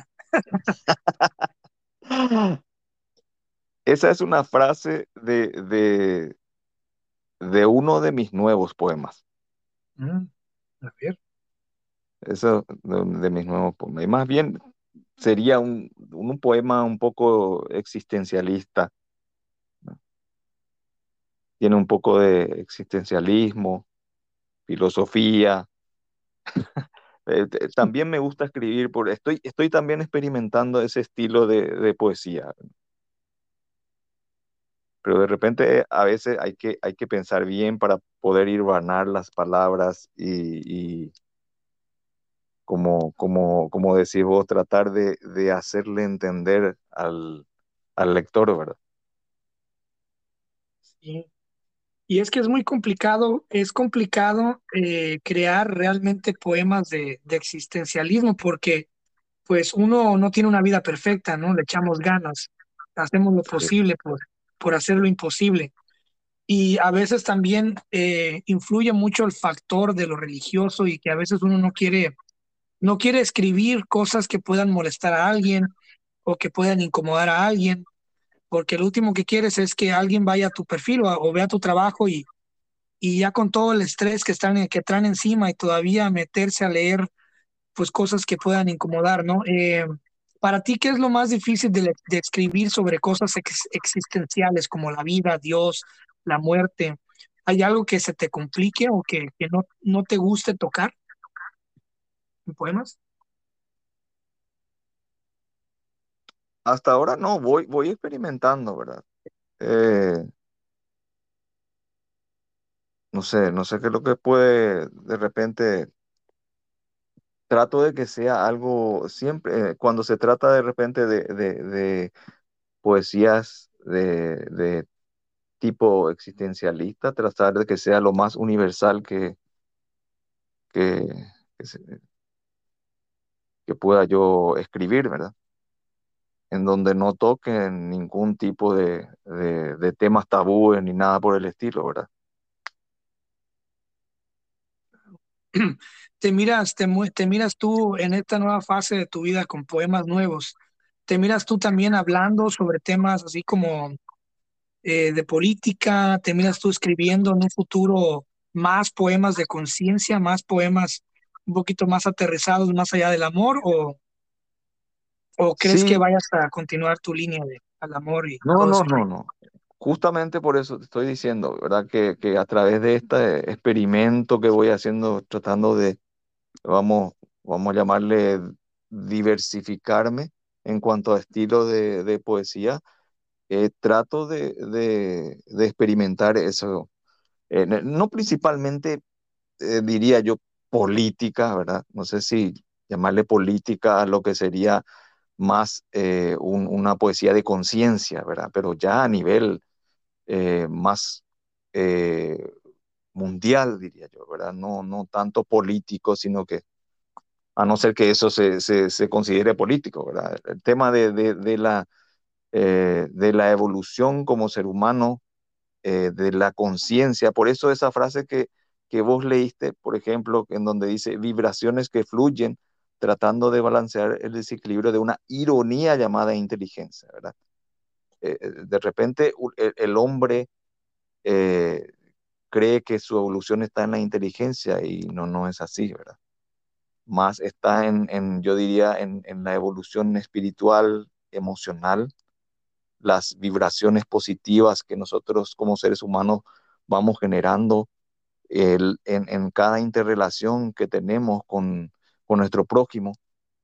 Esa es una frase de, de, de uno de mis nuevos poemas. Mm, a ver. Eso de, de mis nuevos poemas. Y más bien sería un, un poema un poco existencialista, ¿no? Tiene un poco de existencialismo, filosofía. Eh, t- también me gusta escribir, por, estoy, estoy también experimentando ese estilo de, de poesía, pero de repente a veces hay que, hay que pensar bien para poder ir vanar las palabras y, y como, como, como decís vos, tratar de, de hacerle entender al, al lector, ¿verdad? Sí. Y es que es muy complicado, es complicado eh, crear realmente poemas de, de existencialismo porque pues uno no tiene una vida perfecta, ¿no? Le echamos ganas, hacemos lo Sí, posible por, por hacer lo imposible. Y a veces también eh, influye mucho el factor de lo religioso y que a veces uno no quiere, no quiere escribir cosas que puedan molestar a alguien o que puedan incomodar a alguien, porque lo último que quieres es que alguien vaya a tu perfil o, a- o vea tu trabajo y y ya con todo el estrés que están, que traen encima y todavía meterse a leer pues cosas que puedan incomodar, ¿no? Eh, para ti, ¿qué es lo más difícil de, de escribir sobre cosas ex- existenciales como la vida, Dios, la muerte? ¿Hay algo que se te complique o que, que no, no te guste tocar en poemas? Hasta ahora no, voy, voy experimentando, ¿verdad? Eh, no sé, no sé qué es lo que puede de repente. Trato de que sea algo siempre, eh, cuando se trata de repente de, de- de poesías de, de tipo existencialista, tratar de que sea lo más universal que, que, que se- que pueda yo escribir, ¿verdad? En donde no toquen ningún tipo de, de, de temas tabúes ni nada por el estilo, ¿verdad? Te miras, te, mu- te miras tú en esta nueva fase de tu vida con poemas nuevos. Te miras tú también hablando sobre temas así como eh, de política. Te miras tú escribiendo en un futuro más poemas de conciencia, más poemas un poquito más aterrizados, más allá del amor, o, o crees que Sí, vayas a continuar tu línea de al amor y no, todo no, ese no, rollo. no. Justamente por eso te estoy diciendo, ¿verdad? Que, que a través de este experimento que voy haciendo, tratando de vamos, vamos a llamarle diversificarme en cuanto a estilo de, de poesía, eh, trato de, de- de experimentar eso. Eh, no no principalmente, eh, diría yo, política, ¿verdad? No sé si llamarle política a lo que sería más eh, un- una poesía de conciencia, ¿verdad? Pero ya a nivel eh, más eh, mundial, diría yo, ¿verdad? No, no tanto político, sino que a no ser que eso se, se, se considere político, ¿verdad? El tema de, de, de la, eh, de la evolución como ser humano, eh, de la conciencia, por eso esa frase que, que vos leíste, por ejemplo, en donde dice vibraciones que fluyen tratando de balancear el desequilibrio de una ironía llamada inteligencia, ¿verdad? Eh, eh, de repente u- el, el hombre eh, cree que su evolución está en la inteligencia y no, no es así, ¿verdad? Más está en, en yo diría, en, en la evolución espiritual, emocional, las vibraciones positivas que nosotros como seres humanos vamos generando el- en, en cada interrelación que tenemos con, con nuestro prójimo,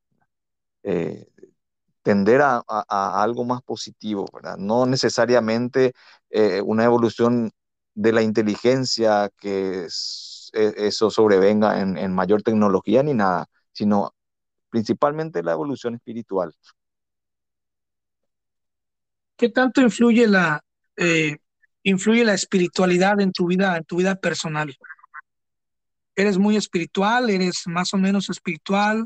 eh, tender a, a- a algo más positivo, ¿verdad? No necesariamente eh, una evolución de la inteligencia que es- e- eso sobrevenga en, en mayor tecnología ni nada, sino principalmente la evolución espiritual. ¿Qué tanto influye la eh, influye la espiritualidad en tu vida, en tu vida personal? ¿Eres muy espiritual? ¿Eres más o menos espiritual?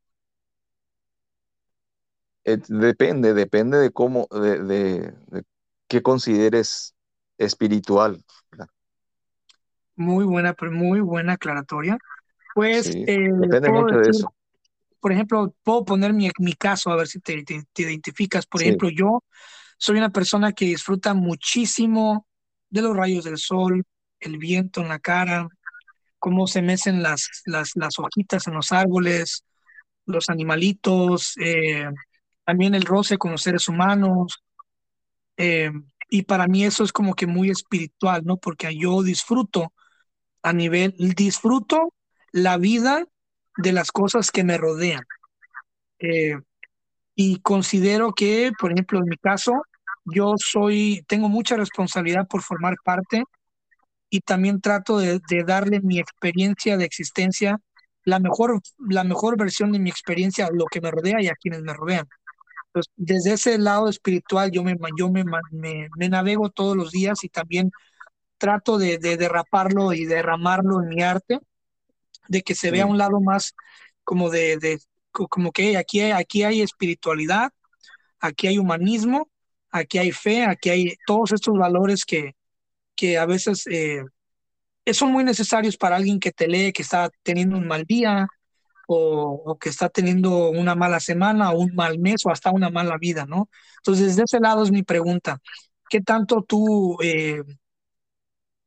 Eh, depende, depende de cómo, de, de- de qué consideres espiritual, ¿verdad? Muy buena, pero muy buena aclaratoria. Pues Sí, eh, depende puedo mucho de decir, eso. por ejemplo, puedo poner mi, mi caso a ver si te, te- te identificas. Por Sí, ejemplo, yo soy una persona que disfruta muchísimo de los rayos del sol, el viento en la cara, cómo se mecen las, las, las hojitas en los árboles, los animalitos, eh, también el roce con los seres humanos. eh, y para mí eso es como que muy espiritual, ¿no? Porque yo disfruto a nivel, disfruto la vida de las cosas que me rodean. Eh, y considero que, por ejemplo, en mi caso, yo soy, tengo mucha responsabilidad por formar parte y también trato de, de darle mi experiencia de existencia, la mejor, la mejor versión de mi experiencia a lo que me rodea y a quienes me rodean. Entonces, desde ese lado espiritual, yo me, yo me, me, me navego todos los días y también trato de, de derraparlo y derramarlo en mi arte, de que se vea sí, un lado más como de, de como que aquí hay, aquí hay espiritualidad, aquí hay humanismo, aquí hay fe, aquí hay todos estos valores que, que a veces eh, son muy necesarios para alguien que te lee, que está teniendo un mal día o, o que está teniendo una mala semana o un mal mes o hasta una mala vida, ¿no? Entonces, desde ese lado es mi pregunta. ¿Qué tanto tú eh,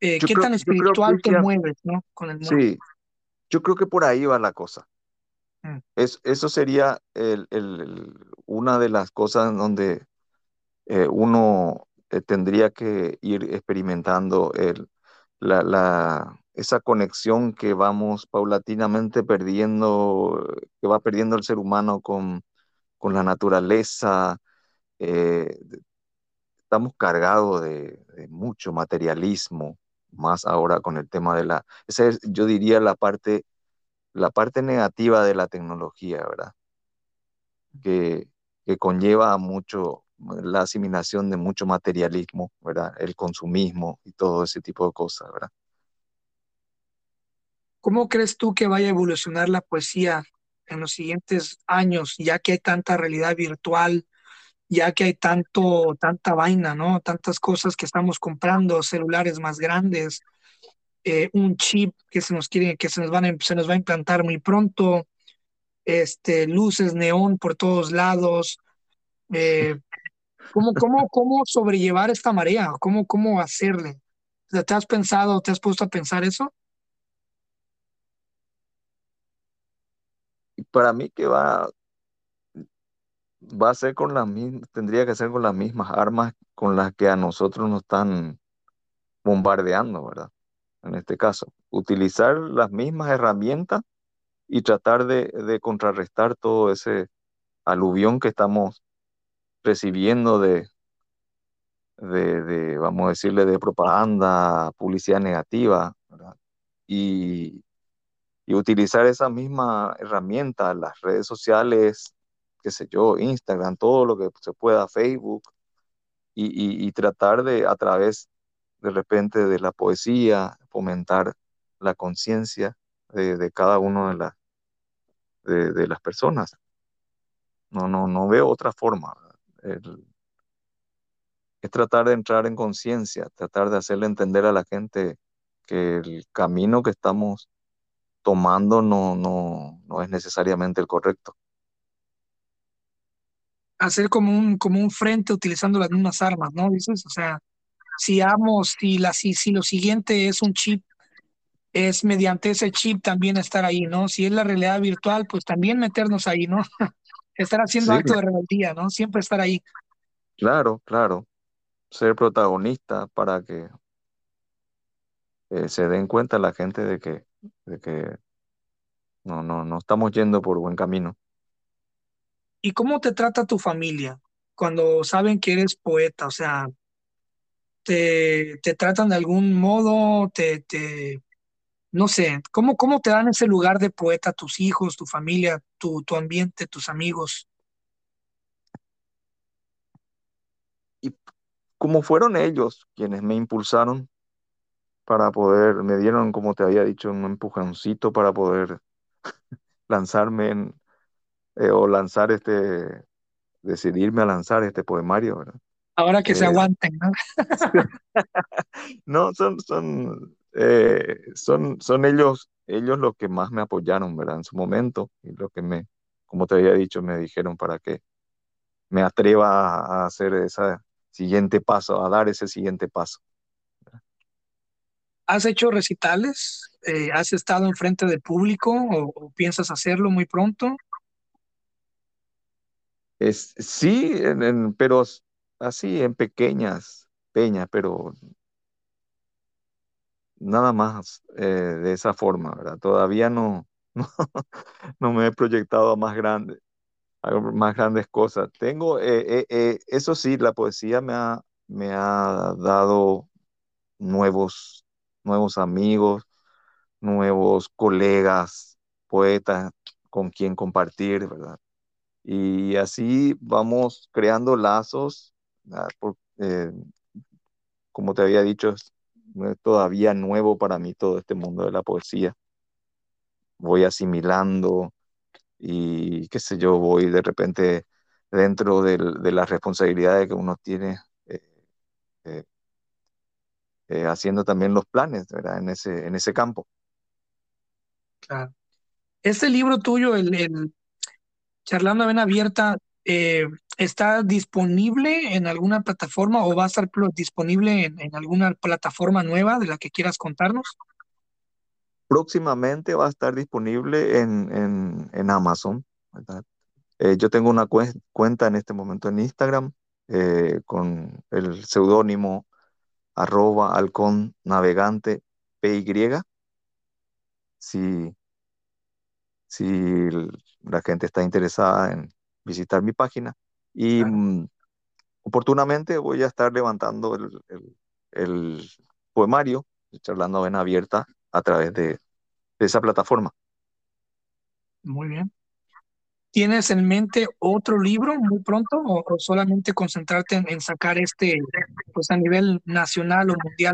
Eh, Yo ¿qué creo, tan yo creo, espiritual te Cristian, mueves, ¿no? Con el mundo. sí, yo creo que por ahí va la cosa. Mm. Es, eso sería el, el- el- una de las cosas en donde eh, uno eh, tendría que ir experimentando el, la, la- esa conexión que vamos paulatinamente perdiendo, que va perdiendo el ser humano con, con la naturaleza. Eh, Estamos cargados de, de mucho materialismo, más ahora con el tema de la, esa es, yo diría, la parte, la parte negativa de la tecnología, ¿verdad? Que, que conlleva a mucho la asimilación de mucho materialismo, ¿verdad? El consumismo y todo ese tipo de cosas, ¿verdad? ¿Cómo crees tú que vaya a evolucionar la poesía en los siguientes años, ya que hay tanta realidad virtual, ya que hay tanto, tanta vaina, ¿no? Tantas cosas que estamos comprando, celulares más grandes, eh, un chip que se nos quiere, que se nos van a- se nos va a implantar muy pronto, este, luces neón por todos lados. eh, ¿cómo, cómo, cómo sobrellevar esta marea? ¿Cómo, cómo hacerle? O sea, ¿te has pensado, te has puesto a pensar eso? Y para mí que va, va a ser con las mismas, tendría que ser con las mismas armas con las que a nosotros nos están bombardeando, ¿verdad? En este caso, utilizar las mismas herramientas y tratar de, de contrarrestar todo ese aluvión que estamos recibiendo de, de, de, vamos a decirle, de propaganda, publicidad negativa, ¿verdad? Y, y utilizar esa misma herramienta, las redes sociales, qué sé yo, Instagram, todo lo que se pueda, Facebook, y, y, y tratar de, a través de repente de la poesía, fomentar la conciencia de, de cada una de, las de, de las personas. No, no, no veo otra forma. El- es tratar de entrar en conciencia, tratar de hacerle entender a la gente que el camino que estamos tomando no, no, no es necesariamente el correcto. Hacer como un, como un frente utilizando las mismas armas, ¿no? Dices, o sea, si amos, si, la, si, si lo siguiente es un chip, es mediante ese chip también estar ahí, ¿no? Si es la realidad virtual, pues también meternos ahí, ¿no? Estar haciendo Sí, acto de rebeldía, ¿no? Siempre estar ahí. claro, claro. Ser protagonista para que eh, se den cuenta la gente de que, de que no, no, no estamos yendo por buen camino. ¿Y cómo te trata tu familia cuando saben que eres poeta? O sea, ¿te, te tratan de algún modo? ¿Te, te, no sé, ¿cómo, cómo te dan ese lugar de poeta tus hijos, tu familia, tu, tu ambiente, tus amigos? Y como fueron ellos quienes me impulsaron para poder, me dieron, como te había dicho, un empujoncito para poder lanzarme en, eh, o lanzar este, decidirme a lanzar este poemario, ¿verdad? Ahora que se Eh, aguanten, ¿no? no, son, son, eh, son, son ellos, ellos los que más me apoyaron, ¿verdad? En su momento, y los que me, como te había dicho, me dijeron para que me atreva a, a hacer ese siguiente paso, a dar ese siguiente paso. ¿Has hecho recitales? Eh, ¿has estado enfrente de público o, o piensas hacerlo muy pronto? Es, sí, en- en- pero s- así en pequeñas peñas, pero nada más eh, de esa forma, ¿verdad? Todavía no, no, no me he proyectado a más grande, a más grandes cosas. Tengo, eh, eh, eh, eso sí, la poesía me ha, me ha dado nuevos, nuevos amigos, nuevos colegas, poetas con quien compartir, ¿verdad? Y así vamos creando lazos, ah, por- eh, como te había dicho, es es todavía nuevo para mí todo este mundo de la poesía. Voy asimilando y qué sé yo, voy de repente dentro del- de las responsabilidades que uno tiene, eh, eh, eh, haciendo también los planes, ¿verdad? En ese, en ese campo. Claro. Este libro tuyo, el, el Charlando a Vena Abierta, eh, ¿Está disponible en alguna plataforma o va a estar pl- disponible en, en alguna plataforma nueva de la que quieras contarnos? Próximamente va a estar disponible en, en, en Amazon, ¿verdad? Eh, yo tengo una cue- cuenta en este momento en Instagram eh, con el seudónimo arroba halcón navegante P Y. Si, si l- la gente está interesada en visitar mi página. Y Claro. mm, oportunamente voy a estar levantando el, el- el poemario, charlando en abierta a través de, de esa plataforma. Muy bien. ¿Tienes en mente otro libro muy pronto o, o solamente concentrarte en, en sacar este, pues a nivel nacional o mundial?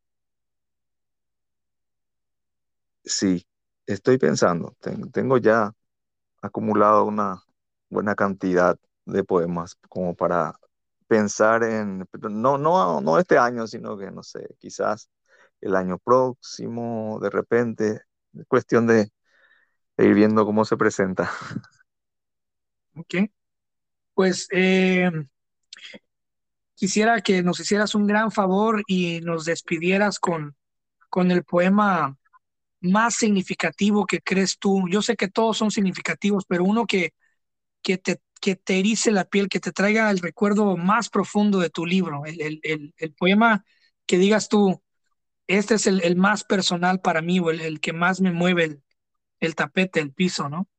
Sí, estoy pensando, ten- tengo ya acumulado una buena cantidad de poemas como para pensar en, pero no, no, no este año, sino que, no sé, quizás el año próximo, de repente, es cuestión de, de ir viendo cómo se presenta. Ok. Pues eh, quisiera que nos hicieras un gran favor y nos despidieras con, con el poema más significativo que crees tú. Yo sé que todos son significativos, pero uno que, que te, que te erice la piel, que te traiga el recuerdo más profundo de tu libro, el, el, el, el poema que digas tú, este es el, el más personal para mí o el, el que más me mueve el, el tapete, el piso, ¿no?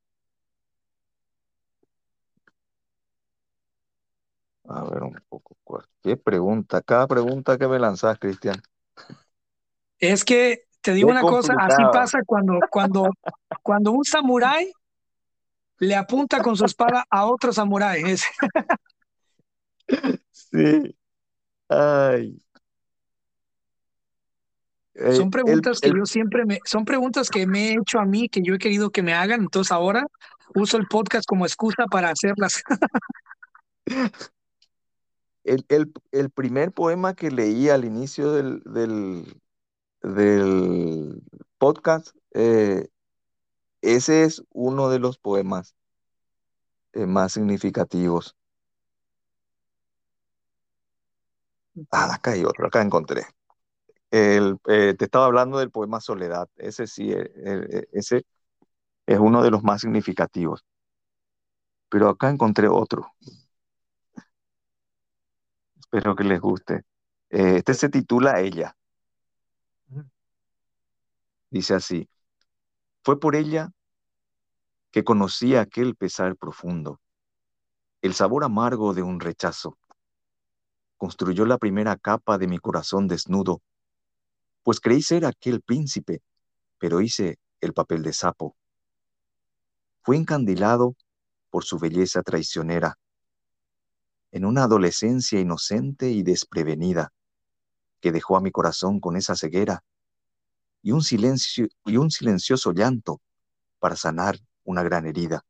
A ver un poco, ¿cuál- ¿qué pregunta? Cada pregunta que me lanzas, Cristian. Es que te digo Qué una cosa, así complicado. pasa cuando, cuando, cuando un samurái le apunta con su espada a otro samurái. Es- Sí, ay. Eh, son el, preguntas que el, yo siempre me, son preguntas que me he hecho a mí, que yo he querido que me hagan, entonces ahora uso el podcast como excusa para hacerlas. el, el- el primer poema que leí al inicio del, del, del podcast, eh, ese es uno de los poemas eh, más significativos. Ah, Ok. acá hay otro, acá encontré. El, eh, te estaba hablando del poema Soledad. Ese sí, eh, eh, ese es uno de los más significativos. Pero acá encontré otro. Espero que les guste. Eh, este se titula Ella. Dice así: fue por ella que conocí aquel pesar profundo, el sabor amargo de un rechazo. Construyó la primera capa de mi corazón desnudo, pues creí ser aquel príncipe, pero hice el papel de sapo. Fue encandilado por su belleza traicionera, en una adolescencia inocente y desprevenida, que dejó a mi corazón con esa ceguera y un silencio y un silencioso llanto para sanar una gran herida.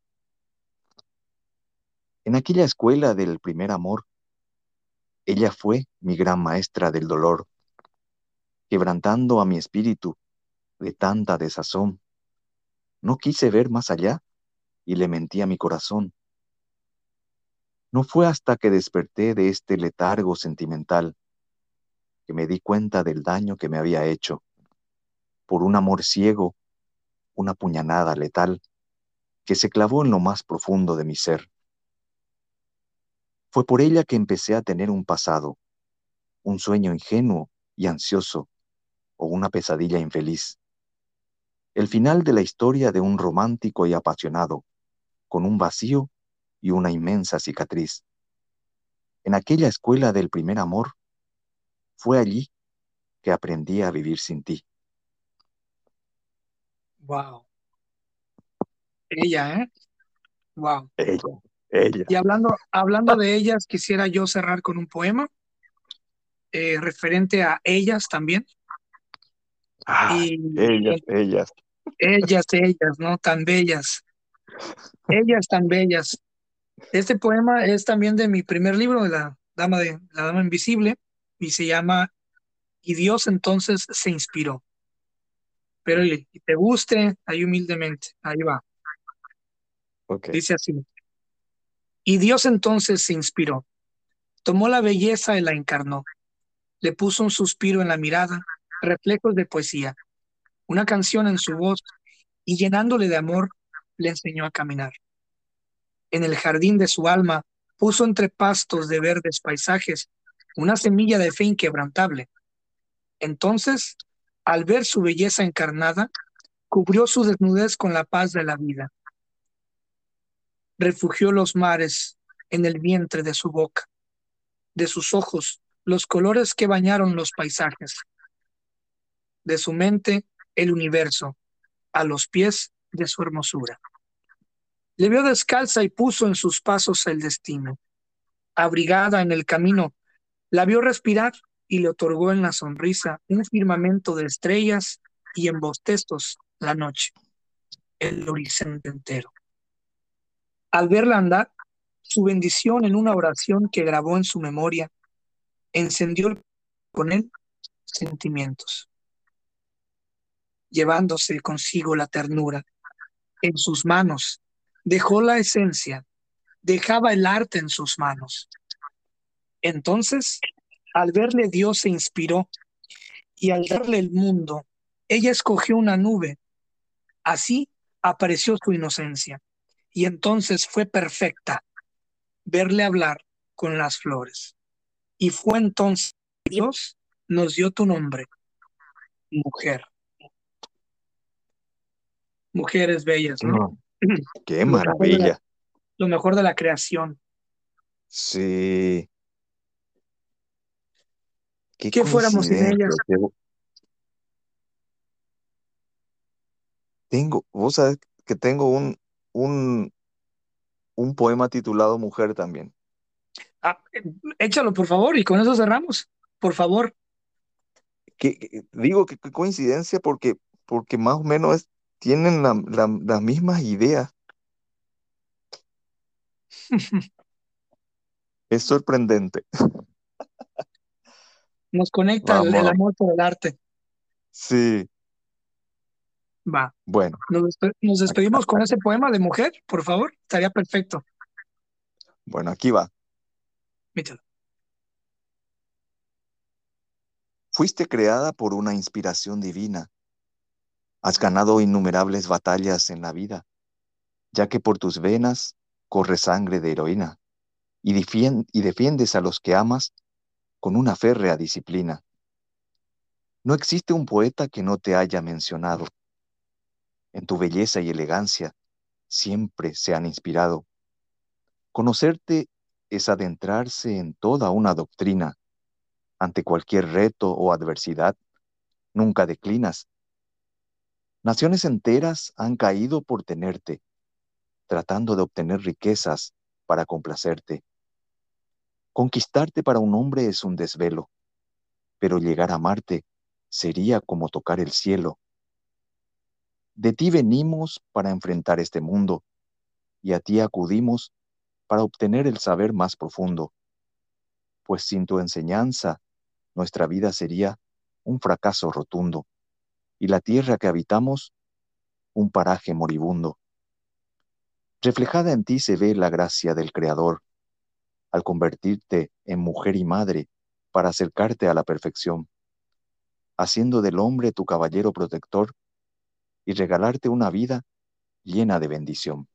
En aquella escuela del primer amor, ella fue mi gran maestra del dolor, quebrantando a mi espíritu de tanta desazón. No quise ver más allá y le mentí a mi corazón. No fue hasta que desperté de este letargo sentimental que me di cuenta del daño que me había hecho por un amor ciego, una puñalada letal que se clavó en lo más profundo de mi ser. Fue por ella que empecé a tener un pasado, un sueño ingenuo y ansioso, o una pesadilla infeliz. El final de la historia de un romántico y apasionado, con un vacío y una inmensa cicatriz. En aquella escuela del primer amor, fue allí que aprendí a vivir sin ti. Wow. Ella, ¿eh? Wow. Ella, Y ella. hablando, hablando de ellas, quisiera yo cerrar con un poema eh, referente a ellas también. Ay, Y ellas, el- ellas. ellas, ellas, ¿no? Tan bellas. Ellas tan bellas. Este poema es también de mi primer libro, de la Dama de la Dama Invisible, y se llama Y Dios entonces se inspiró. Pero y, y te guste, ahí humildemente, ahí va. Ok. Dice así. Y Dios entonces se inspiró, tomó la belleza y la encarnó, le puso un suspiro en la mirada, reflejos de poesía, una canción en su voz, y llenándole de amor, le enseñó a caminar. En el jardín de su alma puso entre pastos de verdes paisajes una semilla de fe inquebrantable. Entonces, al ver su belleza encarnada, cubrió su desnudez con la paz de la vida, refugió los mares en el vientre de su boca, de sus ojos los colores que bañaron los paisajes, de su mente el universo, a los pies de su hermosura. Le vio descalza y puso en sus pasos el destino. Abrigada en el camino, la vio respirar y le otorgó en la sonrisa un firmamento de estrellas y en bostezos la noche, el horizonte entero. Al verla andar, su bendición en una oración que grabó en su memoria, encendió con él sentimientos, llevándose consigo la ternura. En sus manos dejó la esencia, dejaba el arte en sus manos. Entonces, al verle Dios se inspiró y al darle el mundo, ella escogió una nube. Así apareció su inocencia. Y entonces fue perfecta verle hablar con las flores. Y fue entonces que Dios nos dio tu nombre, mujer. Mujeres bellas, ¿no? No, qué Lo mejor de la, maravilla. lo mejor de la creación. Sí, qué ¿Qué fuéramos sin coincidencia. ellas? qué bo- Tengo, vos sabés que tengo un, un, un poema titulado Mujer también. Ah, eh, échalo, por favor, y con eso cerramos. Por favor. Que, que- digo que qué coincidencia porque, porque más o menos es- tienen la- la- las mismas ideas. Es sorprendente. Nos conecta el, Vamos el a, amor por el arte. sí, Va. bueno, Nos, despe- nos aquí, despedimos a- con a- ese poema de mujer, por favor. Estaría perfecto. bueno, aquí va. Mítelo. Fuiste creada por una inspiración divina. Has ganado innumerables batallas en la vida, ya que por tus venas corre sangre de heroína y, difien- y defiendes a los que amas con una férrea disciplina. No existe un poeta que no te haya mencionado. En tu belleza y elegancia siempre se han inspirado. Conocerte es adentrarse en toda una doctrina. Ante cualquier reto o adversidad, nunca declinas. Naciones enteras han caído por tenerte, tratando de obtener riquezas para complacerte. Conquistarte para un hombre es un desvelo, pero llegar a amarte sería como tocar el cielo. De ti venimos para enfrentar este mundo, y a ti acudimos para obtener el saber más profundo, pues sin tu enseñanza, nuestra vida sería un fracaso rotundo, y la tierra que habitamos, un paraje moribundo. Reflejada en ti se ve la gracia del Creador, al convertirte en mujer y madre para acercarte a la perfección, haciendo del hombre tu caballero protector y regalarte una vida llena de bendición.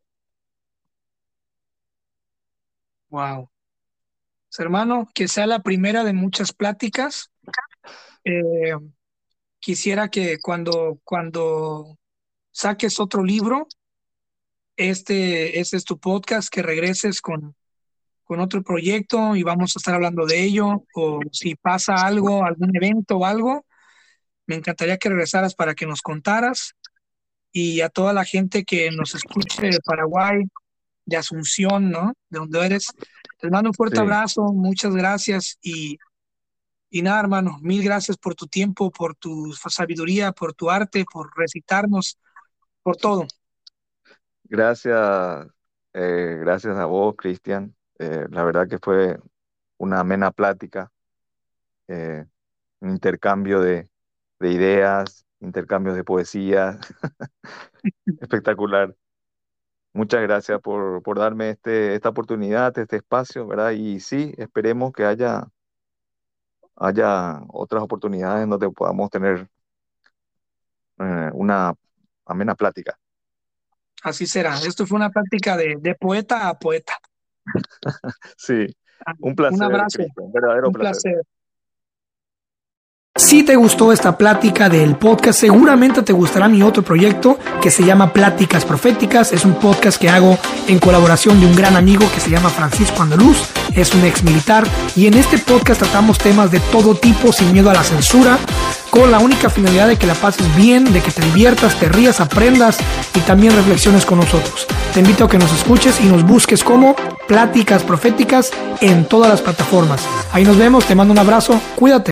Wow. Hermano, que sea la primera de muchas pláticas. Eh, Quisiera que cuando, cuando saques otro libro, este, este es tu podcast, que regreses con, con otro proyecto y vamos a estar hablando de ello. O si pasa algo, algún evento o algo, me encantaría que regresaras para que nos contaras. Y a toda la gente que nos escuche de Paraguay, de Asunción, ¿no? De donde eres, te mando un fuerte Sí, abrazo, muchas gracias y, y nada, hermano, mil gracias por tu tiempo, por tu sabiduría, por tu arte, por recitarnos, por todo. gracias, eh, gracias a vos, Cristian. Eh, la verdad que fue una amena plática, eh, un intercambio de, de ideas, intercambios de poesía, espectacular. Muchas gracias por, por darme este, esta oportunidad, este espacio, ¿verdad? Y sí, esperemos que haya, haya otras oportunidades en donde podamos tener eh, una amena plática. Así será. Esto fue una práctica de, de poeta a poeta. Sí, un Un placer, abrazo, Cristian, un verdadero un placer. placer. Si te gustó esta plática del podcast, seguramente te gustará mi otro proyecto que se llama Pláticas Proféticas. Es un podcast que hago en colaboración de un gran amigo que se llama Francisco Andaluz. Es un ex militar y en este podcast tratamos temas de todo tipo sin miedo a la censura, con la única finalidad de que la pases bien, de que te diviertas, te rías, aprendas y también reflexiones con nosotros. Te invito a que nos escuches y nos busques como Pláticas Proféticas en todas las plataformas. Ahí nos vemos, te mando un abrazo, cuídate.